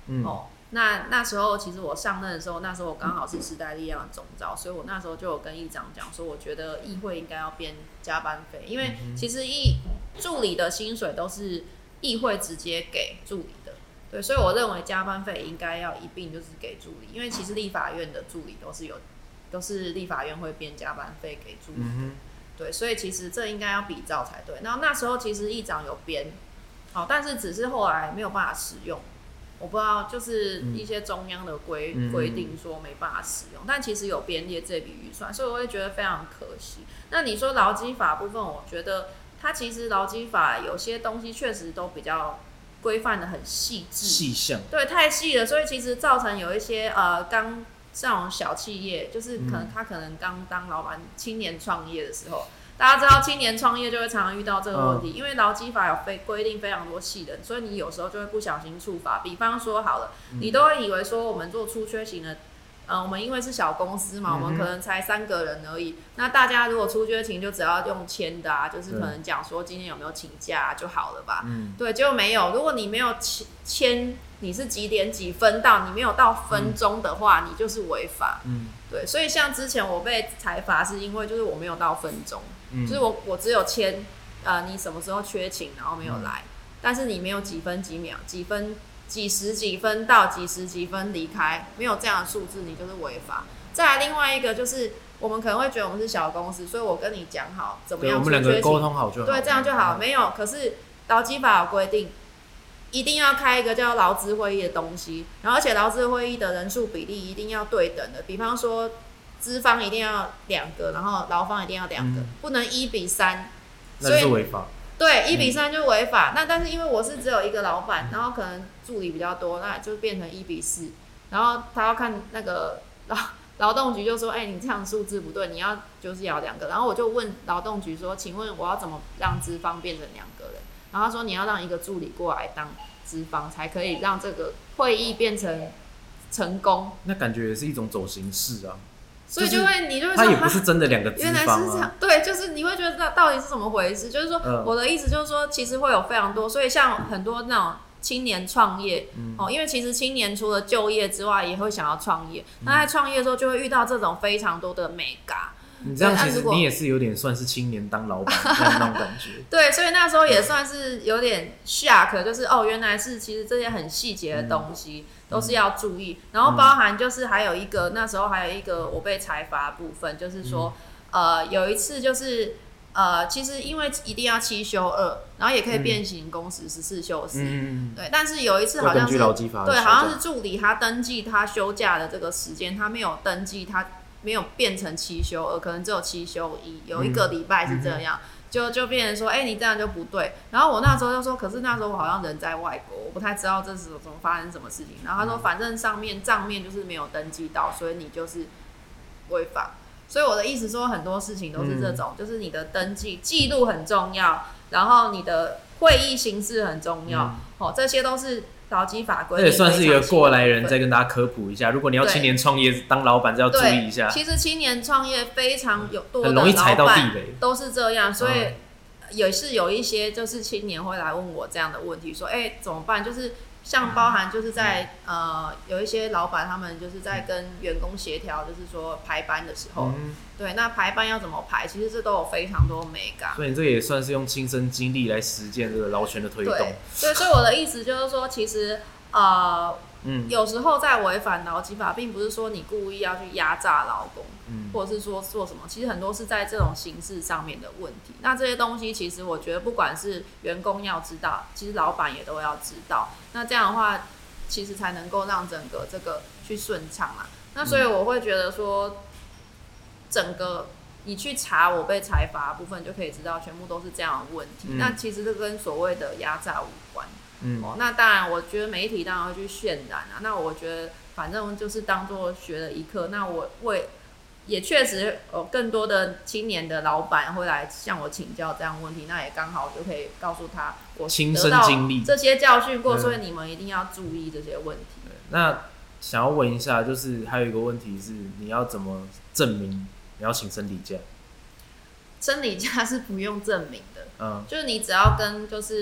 嗯、 哦。那那时候其实我上任的时候，那时候我刚好是时代力量的总召，所以我那时候就有跟议长讲说，我觉得议会应该要编加班费，因为其实议助理的薪水都是议会直接给助理的，对，所以我认为加班费应该要一并就是给助理，因为其实立法院的助理都是有，都是立法院会编加班费给助理的，嗯、对，所以其实这应该要比照才对。然后那时候其实议长有编，好，但是只是后来没有办法使用。我不知道，就是一些中央的规规、嗯、定说没办法使用，但其实有编列这笔预算，所以我会觉得非常可惜。那你说劳基法部分，我觉得它其实劳基法有些东西确实都比较规范的很细致， 细项， 对，太细了，所以其实造成有一些呃刚像小企业，就是可能他可能刚当老板、青年创业的时候。大家知道青年创业就会常常遇到这个问题，嗯、因为劳基法有非规定非常多细的，所以你有时候就会不小心触法。比方说好了，嗯、你都会以为说我们做出缺勤的，呃，我们因为是小公司嘛，嗯、我们可能才三个人而已。那大家如果出缺勤就只要用签的啊，就是可能讲说今天有没有请假、啊、就好了吧。嗯、对，结果没有。如果你没有签，你是几点几分到，你没有到分钟的话，嗯、你就是违法。嗯，对，所以像之前我被裁罚是因为就是我没有到分钟。嗯、就是我我只有签，呃，你什么时候缺勤，然后没有来，嗯、但是你没有几分几秒、几分几十几分到几十几分离开，没有这样的数字，你就是违法。再来另外一个就是，我们可能会觉得我们是小公司，所以我跟你讲好怎么样出缺勤， 我们两个沟通好就好， 对，这样就好。嗯、没有，可是劳基法有规定，一定要开一个叫劳资会议的东西，然后而且劳资会议的人数比例一定要对等的，比方说。资方一定要两个，然后劳方一定要两个，嗯、不能一比三， 那就是违法。 对，一比三就违法。嗯、那但是因为我是只有一个老板，然后可能助理比较多，那就变成一比四。然后他要看那个劳劳动局就说：“哎、欸，你这样数字不对，你要就是要两个。”然后我就问劳动局说：“请问我要怎么让资方变成两个人？”然后他说：“你要让一个助理过来当资方，才可以让这个会议变成成功。” 那感觉也是一种走形式啊。 所以就会，你就会说， 他也不是真的两个资方、啊、 原来是这样，对，就是你会觉得到底是怎么回事？就是说，嗯、我的意思就是说，其实会有非常多，所以像很多那种青年创业，嗯、哦，因为其实青年除了就业之外，也会想要创业。嗯、那在创业的时候，就会遇到这种非常多的美嘎。 你这样其实你也是有点算是青年当老板那种感觉。 对，所以那时候也算是有点 shock， 就是哦，原来是其实这些很细节的东西。嗯都是要注意，然后包含就是还有一个、嗯、那时候还有一个我被裁罚的部分，就是说，嗯、呃，有一次就是呃，其实因为一定要七休二，然后也可以变形工时十四休四，嗯、对，但是有一次好像是对，好像是助理他登记他休假的这个时间，他没有登记，他没有变成七休二，可能只有七休一，有一个礼拜是这样。嗯嗯就就变成说，哎、欸，你这样就不对。然后我那时候就说，可是那时候我好像人在外国，我不太知道这是怎么发生什么事情。然后他说，反正上面账面就是没有登记到，所以你就是违法。所以我的意思说，很多事情都是这种，嗯、就是你的登记记录很重要，然后你的会议形式很重要，嗯、哦，这些都是。劳基法规，这也算是一个过来人，再跟大家科普一下。如果你要青年创业当老板，就要注意一下。 其实青年创业非常有多的很容易踩到地雷， 都是这样。所以也是有一些就是青年会来问我这样的问题，说：“哎、欸，怎么办？”就是像包含就是在、嗯、呃有一些老板他们就是在跟员工协调，就是说排班的时候，嗯、对，那排班要怎么排？其实这都有非常多美感。 所以你这也算是用亲身经历来实践这个劳权的推动。 对，对，所以我的意思就是说，其实呃，嗯、有时候在违反劳基法，并不是说你故意要去压榨劳工，嗯、或者是说做什么，其实很多是在这种形式上面的问题。那这些东西，其实我觉得不管是员工要知道，其实老板也都要知道。那这样的话，其实才能够让整个这个去顺畅啦。那所以我会觉得说，整个你去查我被裁罚的部分，就可以知道全部都是这样的问题。嗯、那其实这跟所谓的压榨无关。嗯哦、那当然，我觉得媒体当然会去渲染啊。那我觉得反正就是当作学了一课。那我会也确实有更多的青年的老板会来向我请教这样的问题，那也刚好就可以告诉他我亲身经历这些教训过，所以你们一定要注意这些问题。 那想要问一下，就是还有一个问题是，你要怎么证明你要请生理假？ 生理假是不用证明的，嗯，就是你只要跟就是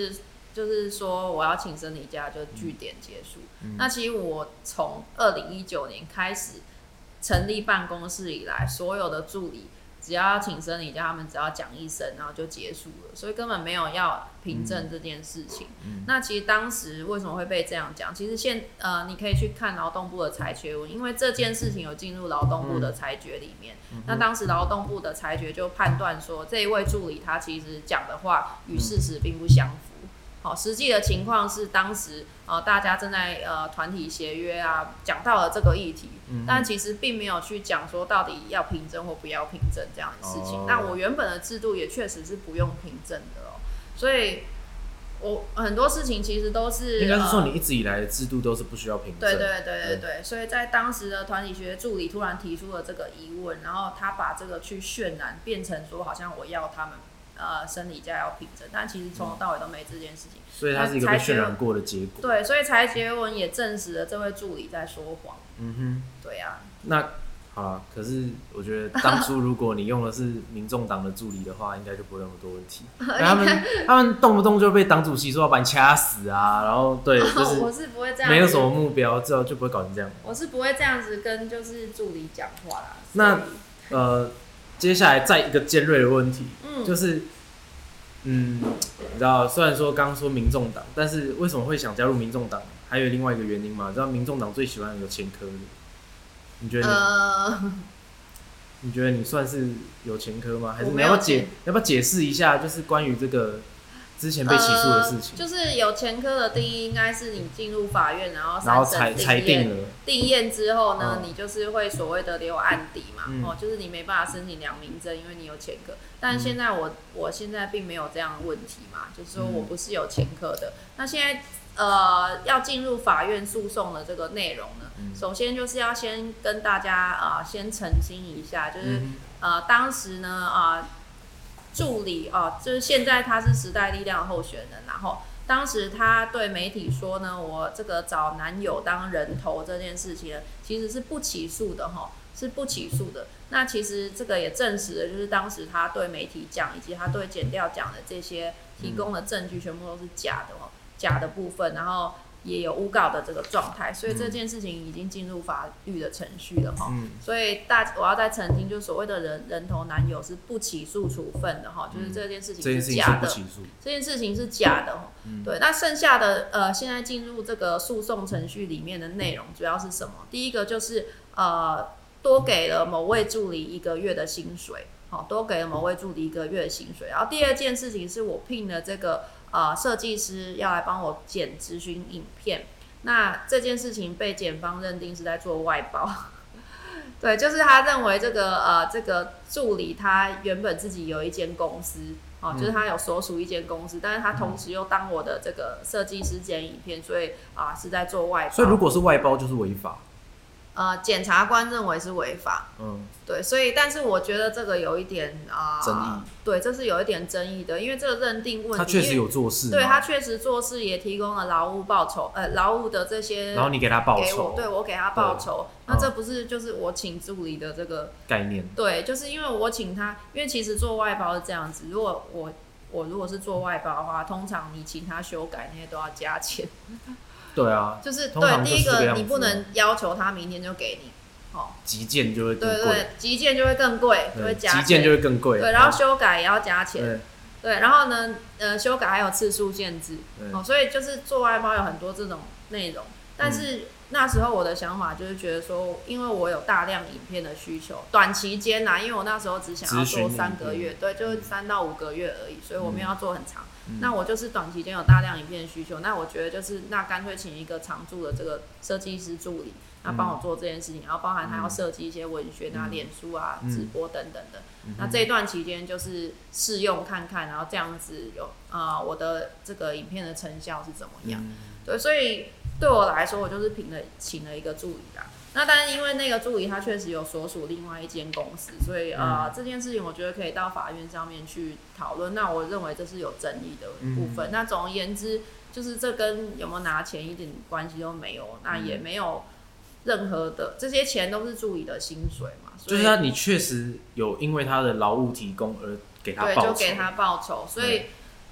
就是说我要请生理假就据点结束。 嗯、 那其实我从二零一九年开始成立办公室以来，所有的助理只要请生理假，他们只要讲一声，然后就结束了，所以根本没有要凭证这件事情。嗯、那其实当时为什么会被这样讲？其实现呃，你可以去看劳动部的裁决文，因为这件事情有进入劳动部的裁决里面。嗯、那当时劳动部的裁决就判断说，这一位助理他其实讲的话与事实并不相符。好，实际的情况是当时呃大家正在呃团体协约啊，讲到了这个议题，嗯、但其实并没有去讲说到底要凭证或不要凭证这样的事情。哦、那我原本的制度也确实是不用凭证的哦，所以我很多事情其实都是应该是说你一直以来的制度都是不需要凭证。 对对对对对，所以在当时的团体学助理突然提出了这个疑问，然后他把这个去渲染变成说好像我要他们。呃，生理假要凭证，但其实从头到尾都没这件事情， 所以它是一个被渲染过的结果。 对，所以裁决文也证实了这位助理在说谎。 嗯哼， 对啊。 那好了，可是我觉得当初如果你用的是民众党的助理的话，应该就不会有那么多问题。他们他们动不动就被党主席说要把你掐死啊，然后对，就是我是不会这样， 没有什么目标，之后就不会搞成这样。 我是不会这样子跟就是助理讲话啦。 那呃。接下来再一个尖锐的问题，嗯、就是，嗯，你知道，虽然说刚刚说民众党，但是为什么会想加入民众党？还有另外一个原因嘛？你知道民众党最喜欢有前科的，你觉得你？呃、你觉得你算是有前科吗？还是你要不要解？要不要解释一下？就是关于这个之前被起诉的事情、 呃。就是有前科的定义，应该是你进入法院，然后然后裁裁定了。 定验之后呢， 嗯、 你就是会所谓的留案底嘛， 嗯、 哦，就是你没办法申请良民证，因为你有前科。但现在我、嗯、我现在并没有这样的问题嘛，就是说我不是有前科的。嗯、那现在呃要进入法院诉讼的这个内容呢，嗯、首先就是要先跟大家啊、呃、先澄清一下，就是、嗯、呃当时呢啊、呃、助理啊、呃、就是现在他是时代力量的候选人，然后。当时他对媒体说呢，我这个找男友当人头这件事情，其实是不起诉的哈，是不起诉的。那其实这个也证实了，就是当时他对媒体讲，以及他对检调讲的这些提供的证据，全部都是假的哦，假的部分，然后也有诬告的这个状态，所以这件事情已经进入法律的程序了哈。嗯、所以大我要再澄清，就是所谓的人人头男友是不起诉处分的哈，就是这件事情是假的， 嗯、 这件事情是假的。嗯、对，那剩下的呃，现在进入这个诉讼程序里面的内容主要是什么？第一个就是呃，多给了某位助理一个月的薪水，好，多给了某位助理一个月的薪水。然后第二件事情是我聘了这个。呃，设计师要来帮我剪咨询影片，那这件事情被检方认定是在做外包，对，就是他认为这个呃这个助理他原本自己有一间公司，哦，就是他有所属一间公司，但是他同时又当我的这个设计师剪影片，所以啊、呃、是在做外包。 所以如果是外包就是违法。 呃，检察官认为是违法，嗯，对，所以但是我觉得这个有一点啊、呃、 争议， 对，这是有一点争议的，因为这个认定问题， 他确实有做事， 对他确实做事也提供了劳务报酬，呃，劳务的这些， 然后你给他报酬， 对我给他报酬，那这不是就是我请助理的这个概念？ 对，就是因为我请他，因为其实做外包是这样子，如果我我如果是做外包的话，通常你请他修改那些都要加钱。 对啊， 就是对， 第一个你不能要求他明天就给你。哦， 急件就会更贵， 对对，急件就会更贵，就会加钱， 急件就会更贵， 对，然后修改也要加钱， 对， 对，然后呢，呃，修改还有次数限制，哦，所以就是做外包有很多这种内容，但是那时候我的想法就是觉得说，因为我有大量影片的需求，短期间呐、啊，因为我那时候只想要做三个月，对，就是三到五个月而已，所以我没有要做很长。嗯、那我就是短期间有大量影片的需求，那我觉得就是那干脆请一个常驻的这个设计师助理，那帮我做这件事情，然后包含他要设计一些文宣啊、脸书啊、直播等等的。嗯、那这一段期间就是试用看看，然后这样子有啊、呃、我的这个影片的成效是怎么样？嗯、对，所以对我来说，我就是凭了请了一个助理啦。那但是因为那个助理他确实有所属另外一间公司，所以呃、嗯、这件事情我觉得可以到法院上面去讨论。那我认为这是有争议的部分。嗯、那总而言之，就是这跟有没有拿钱一点关系都没有，那也没有任何的这些钱都是助理的薪水嘛。 就是他你确实有因为他的劳务提供而给他报酬， 对，就给他报酬，所以。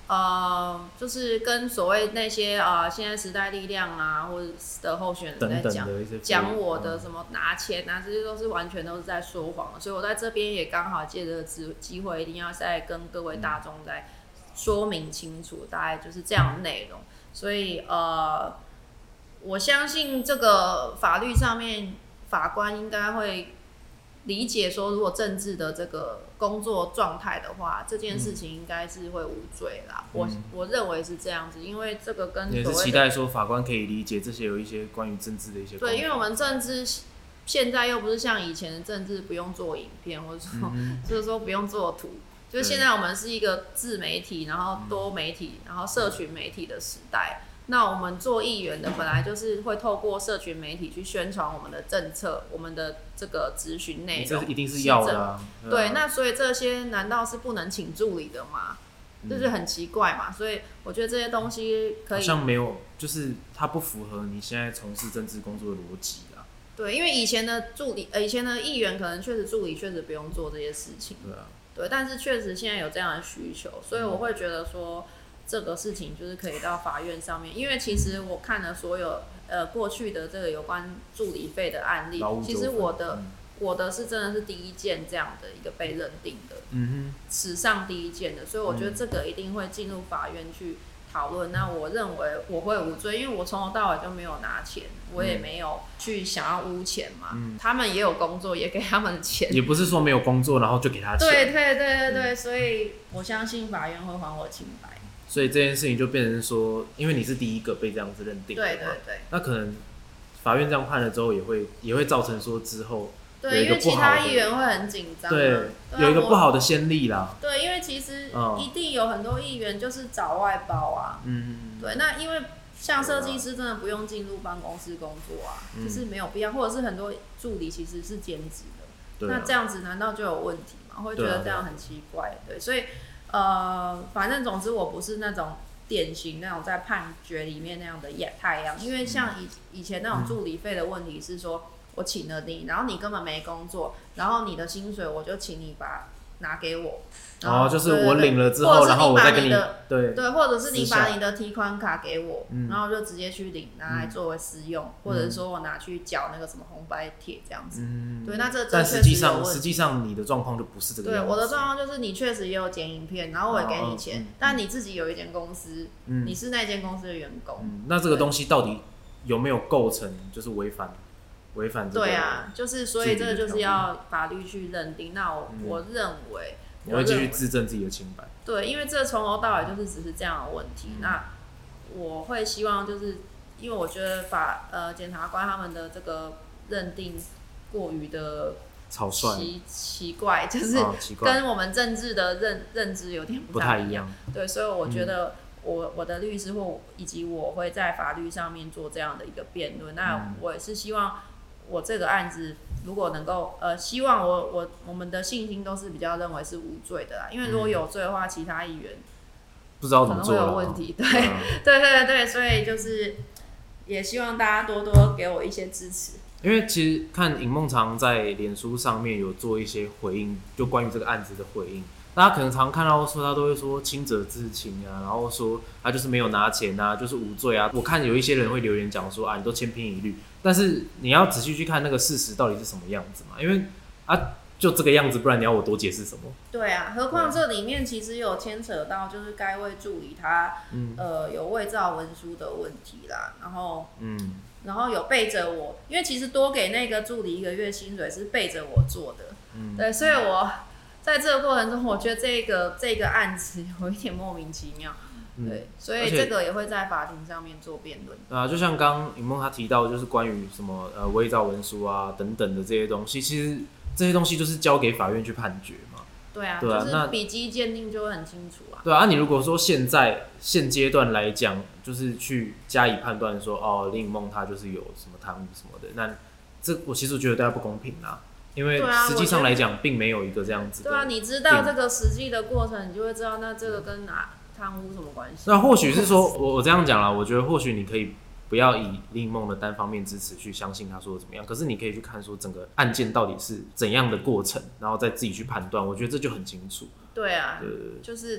呃，就是跟所谓那些啊、呃，现在时代力量啊，或者的候选人在讲讲我的什么拿钱啊，这些都是完全都是在说谎的。所以我在这边也刚好借着这个机会，一定要再跟各位大众再说明清楚，大概就是这样的内容。所以呃，我相信这个法律上面法官应该会理解说，如果政治的这个工作状态的话，这件事情应该是会无罪啦。嗯、我我认为是这样子，因为这个跟也是期待说法官可以理解这些有一些关于政治的一些对，因为我们政治现在又不是像以前的政治不用做影片，或者说、嗯、就是说不用做图，就是现在我们是一个自媒体，然后多媒体，然后社群媒体的时代。那我们做议员的本来就是会透过社群媒体去宣传我们的政策，我们的这个咨询内容， 这一定是要的、啊。 对，那所以这些难道是不能请助理的吗？这、嗯、就很奇怪嘛。所以我觉得这些东西可以， 好像没有，就是它不符合你现在从事政治工作的逻辑啊。 对，因为以前的助理，呃，以前的议员可能确实助理确实不用做这些事情。 对啊。 对，但是确实现在有这样的需求，所以我会觉得说。这个事情就是可以到法院上面，因为其实我看了所有呃过去的这个有关助理费的案例，其实我的、嗯、我的是真的是第一件这样的一个被认定的，嗯哼，史上第一件的，所以我觉得这个一定会进入法院去讨论。那我认为我会无罪，因为我从头到尾就没有拿钱，我也没有去想要污钱嘛，嗯、他们也有工作，也给他们钱， 也不是说没有工作然后就给他钱， 对对对对对，嗯、所以我相信法院会还我清白。 所以这件事情就变成说，因为你是第一个被这样子认定的嘛， 对对对， 那可能法院这样判了之后，也会也会造成说之后有对， 一个不好的， 因为其他议员会很紧张， 对， 对啊、 有一个不好的先例啦。 对，因为其实一定有很多议员就是找外包啊，嗯，对，那因为像设计师真的不用进入办公室工作啊，嗯、就是没有必要，或者是很多助理其实是兼职的，对啊、那这样子难道就有问题吗？会觉得这样很奇怪，对，所以。呃，反正总之我不是那种典型那种在判决里面那样的太阳，因为像以以前那种助理费的问题是说，我请了你，然后你根本没工作，然后你的薪水我就请你把拿给我， 哦，就是我领了之后，然后我再跟你对对，或者是你把你的提款卡给我，嗯、然后就直接去领，拿来作为私用，嗯、或者是说我拿去缴那个什么红白帖这样子。嗯、对，那这但实际上实际上你的状况就不是这个样子。 对，我的状况就是你确实也有剪影片，然后我也给你钱，哦嗯、但你自己有一间公司，嗯、你是那间公司的员工。 嗯、那这个东西到底有没有构成就是违反？违反这个？ 对啊，就是所以这个就是要法律去认定。那我、嗯、我认为。 你会继续自证自己的清白。 对，因为这从头到尾就是只是这样的问题。嗯、那我会希望就是，因为我觉得法呃检察官他们的这个认定过于的草率奇奇怪，就是跟我们政治的认认知有点不太一样。对，所以我觉得我、嗯、我的律师或以及我会在法律上面做这样的一个辩论。那我也是希望我这个案子。如果能够，呃，希望我我我们的信心都是比较认为是无罪的啦，因为如果有罪的话，嗯、其他议员不知道怎么做可能会有问题。对、嗯、对对对，所以就是也希望大家多多给我一些支持。 因为其实看尹孟常在脸书上面有做一些回应，就关于这个案子的回应，大家可能常看到说他都会说清者自清啊，然后说他就是没有拿钱啊，就是无罪啊。我看有一些人会留言讲说啊，你都千篇一律。但是你要仔细去看那个事实到底是什么样子嘛？因为啊，就这个样子，不然你要我多解释什么？ 对啊，何况这里面其实有牵扯到，就是该位助理他、嗯、呃有伪造文书的问题啦，然后嗯，然后有背着我，因为其实多给那个助理一个月薪水是背着我做的，嗯，对，所以我在这个过程中，我觉得这个这个案子有一点莫名其妙。对，所以这个也会在法庭上面做辩论。 啊，就像刚刚尹梦他提到，就是关于什么呃伪造文书啊等等的这些东西，其实这些东西就是交给法院去判决嘛。 对啊，对啊，就是笔迹鉴定就会很清楚啊。 对啊，你如果说现在现阶段来讲，就是去加以判断说，哦，林尹梦他就是有什么贪污什么的，那这我其实觉得对他不公平啦。因为实际上来讲，并没有一个这样子的。 对啊，你知道这个实际的过程，你就会知道那这个跟哪。贪污什么关系？ 那或许是说，我我这样讲啦，我觉得或许你可以不要以林颖梦的单方面支持去相信他说的怎么样，可是你可以去看说整个案件到底是怎样的过程，然后再自己去判断，我觉得这就很清楚。 对啊，对，就是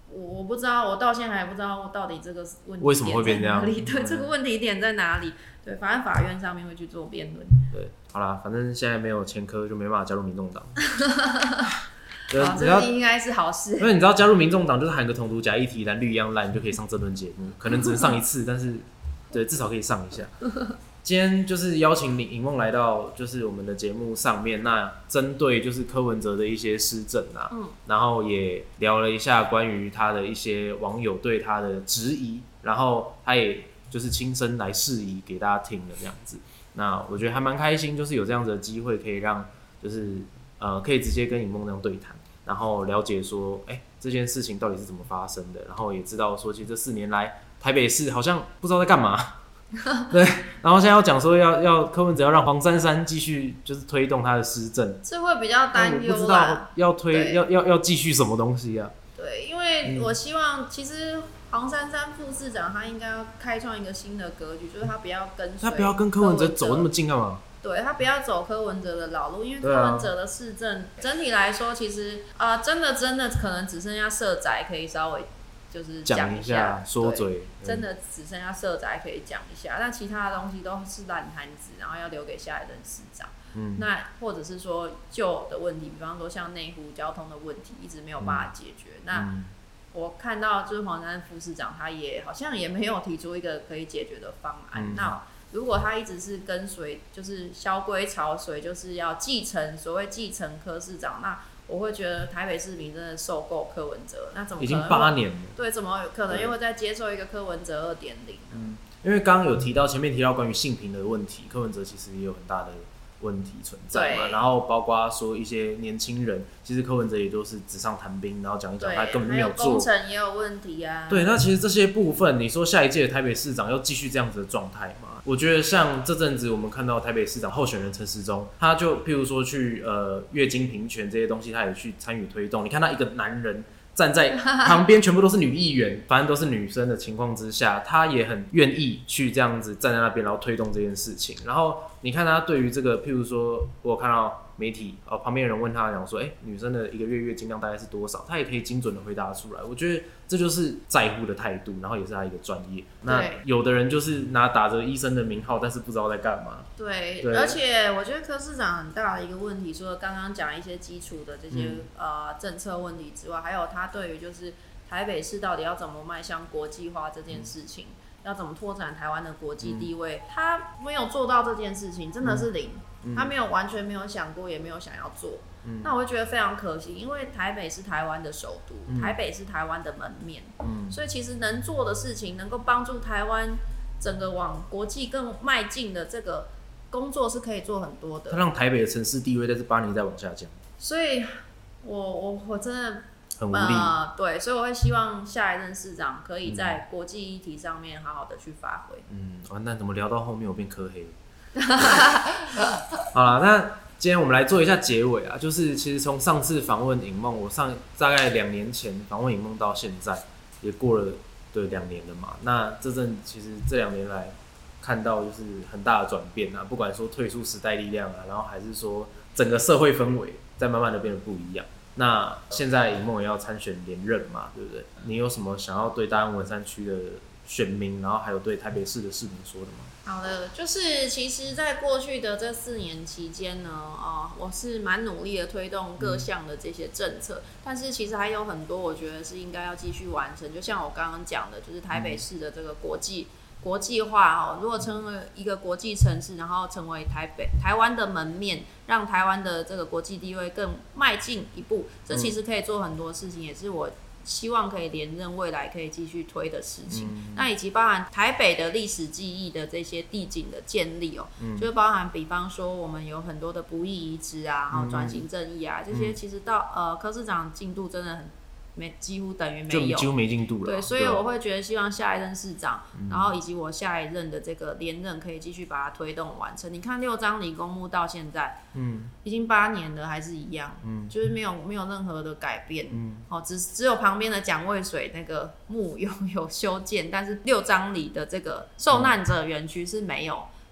我我不知道，我到现在还不知道到底这个问题为什么会变这样？ 对，这个问题点在哪里？对，反正法院上面会去做辩论。 对，好啦，反正现在没有前科，就没办法加入民众党。 好，这应该是好事。 因为你知道加入民众党就是喊个统独假议题蓝绿一样烂，你就可以上这轮节目，可能只能上一次，但是对至少可以上一下。今天就是邀请尹梦来到就是我们的节目上面，那针对就是柯文哲的一些施政啊，嗯，然后也聊了一下关于他的一些网友对他的质疑，然后他也就是亲身来释疑给大家听的这样子。那我觉得还蛮开心，就是有这样子的机会可以让就是呃可以直接跟尹梦这样对谈，然后了解说，哎、欸，这件事情到底是怎么发生的，然后也知道说，其实这四年来台北市好像不知道在干嘛。对，然后现在要讲说要要柯文哲要让黄珊珊继续就是推动他的施政， 这会比较担忧啦。 不知道要推要要要继续什么东西啊？ 对，因为我希望其实黄珊珊副市长他应该要开创一个新的格局，就是他不要跟他不要跟柯文哲走那么近干嘛？ 对，他不要走柯文哲的老路，因为柯文哲的市政、啊、整体来说，其实啊、呃，真的真的可能只剩下社宅可以稍微就是讲一下，说嘴， 真的只剩下社宅可以讲一下，但其他的东西都是烂摊子，然后要留给下一任市长。嗯，那或者是说旧的问题，比方说像内湖交通的问题，一直没有办法解决。嗯、那、嗯、我看到就是黄珊珊副市长，他也好像也没有提出一个可以解决的方案。嗯、那如果他一直是跟随，就是萧规曹随，就是要继承所谓继承柯市长，那我会觉得台北市民真的受够柯文哲，那怎么可能已经八年了？ 对，怎么可能又会再接受一个柯文哲二点零？ 嗯，因为刚刚有提到前面提到关于性平的问题，柯文哲其实也有很大的问题存在嘛。然后包括说一些年轻人，其实柯文哲也都是纸上谈兵，然后讲一讲他根本没有做。 工程也有问题啊。 对，那其实这些部分，你说下一届的台北市长要继续这样子的状态吗？我觉得像这阵子我们看到台北市长候选人陈时中，他就譬如说去呃月经平权这些东西，他也去参与推动。你看他一个男人站在旁边，全部都是女议员，反正都是女生的情况之下，他也很愿意去这样子站在那边，然后推动这件事情。然后你看他对于这个，譬如说，我有看到媒体哦，旁边有人问他讲说，哎、欸，女生的一个月月经量大概是多少？他也可以精准的回答出来。我觉得这就是在乎的态度，然后也是他一个专业。那有的人就是拿打着医生的名号，但是不知道在干嘛。 对，对，而且我觉得柯市长很大的一个问题，除了刚刚讲一些基础的这些、嗯、呃政策问题之外，还有他对于就是台北市到底要怎么迈向国际化这件事情。嗯，要怎么拓展台湾的国际地位、嗯？他没有做到这件事情，真的是零、嗯。他没有完全没有想过，也没有想要做。嗯、那我会觉得非常可惜，因为台北是台湾的首都、嗯，台北是台湾的门面、嗯，所以其实能做的事情，能够帮助台湾整个往国际更迈进的这个工作是可以做很多的。 他让台北的城市地位在这八年再往下降。 所以我我我真的。 很无力、 呃，对，所以我会希望下一任市长可以在国际议题上面好好的去发挥。 嗯，完蛋，怎么聊到后面我变科黑了？好了，那今天我们来做一下结尾啊，就是其实从上次访问尹梦，我上大概两年前访问尹梦到现在，也过了对两年了嘛。那这阵其实这两年来看到就是很大的转变啊，不管说退出时代力量啊，然后还是说整个社会氛围在慢慢的变得不一样。那现在尹梦也要参选连任嘛，对不对？你有什么想要对大安文山区的选民，然后还有对台北市的市民说的吗？ 好的，就是其实在过去的这四年期间呢，哦，我是蛮努力的推动各项的这些政策、嗯，但是其实还有很多我觉得是应该要继续完成。就像我刚刚讲的，就是台北市的这个国际、嗯、国际化哦，如果成为一个国际城市，然后成为台北台湾的门面，让台湾的这个国际地位更迈进一步，这其实可以做很多事情，也是我希望可以连任未来可以继续推的事情、嗯、那以及包含台北的历史记忆的这些地景的建立哦、嗯，就是包含比方说我们有很多的不义遗址啊，然后转型正义啊、嗯、这些其实到呃柯市长进度真的很没几乎等于没有， 就几乎没进度了。 对，所以我会觉得希望下一任市长、嗯，然后以及我下一任的这个连任可以继续把它推动完成。你看六张理公墓到现在，嗯，已经八年了，还是一样，嗯，就是没有没有任何的改变，嗯，哦，只只有旁边的蒋渭水那个墓有有修建，但是六张里的这个受难者园区是没有。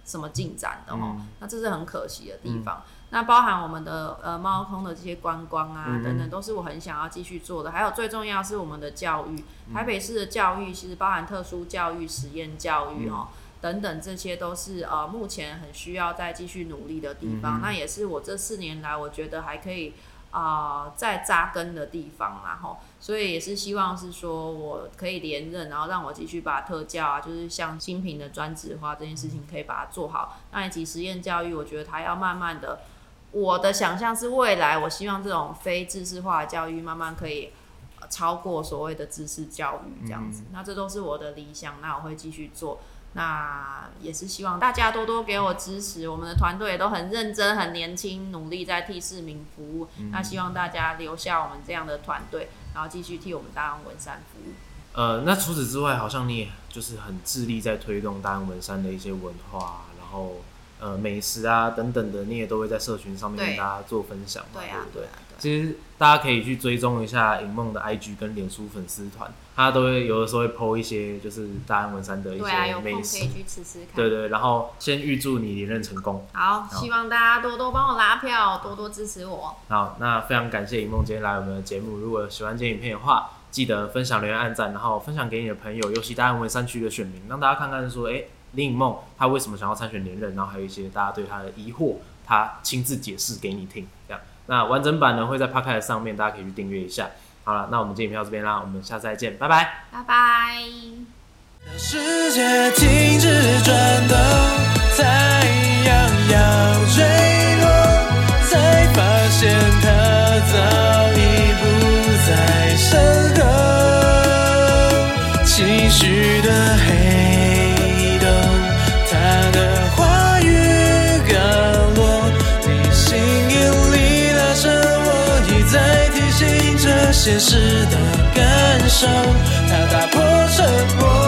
什么进展的哦、 嗯， 那这是很可惜的地方。嗯、那包含我们的呃猫空的这些观光啊、 嗯、 等等，都是我很想要继续做的。还有最重要是我们的教育，台北市的教育其实包含特殊教育、实验教育哦。嗯等等，这些都是呃目前很需要再继续努力的地方。嗯、那也是我这四年来，我觉得还可以啊、呃、再扎根的地方啦吼。所以也是希望是说我可以连任，然后让我继续把特教啊，就是像新品的专职化这件事情可以把它做好。那以及实验教育，我觉得它要慢慢的，我的想象是未来，我希望这种非知识化的教育慢慢可以。超过所谓的知识教育这样子，嗯、那这都是我的理想，那我会继续做。那也是希望大家多多给我支持，我们的团队也都很认真、很年轻，努力在替市民服务。嗯、那希望大家留下我们这样的团队，然后继续替我们大安文山服务。 呃，那除此之外，好像你也就是很致力在推动大安文山的一些文化，然后呃美食啊等等的，你也都会在社群上面跟大家做分享嘛， 对啊， 对不对？ 对啊。 其实大家可以去追踪一下影梦的 I G 跟脸书粉丝团，他都会有的时候会 po 一些就是大安文山的一些美食， 对啊，有空可以去吃吃看。 对对，然后先预祝你连任成功。 好，好希望大家多多帮我拉票，多多支持我。 好，那非常感谢影梦今天来我们的节目。如果喜欢这影片的话，记得分享、留言、按赞，然后分享给你的朋友，尤其大安文山区的选民，让大家看看说，哎，林影梦他为什么想要参选连任，然后还有一些大家对他的疑惑，他亲自解释给你听，这样。那完整版呢会在 Podcast 上面，大家可以去订阅一下。好了，那我们今天影片到这边啦，我们下次再见，拜拜， 拜拜。 世界停止转动，太阳要坠落，才发现它早已不在身后。期许的黑洞，它的话语刚落，你心眼里那声我一再提醒着现实的感受，它打破沉默。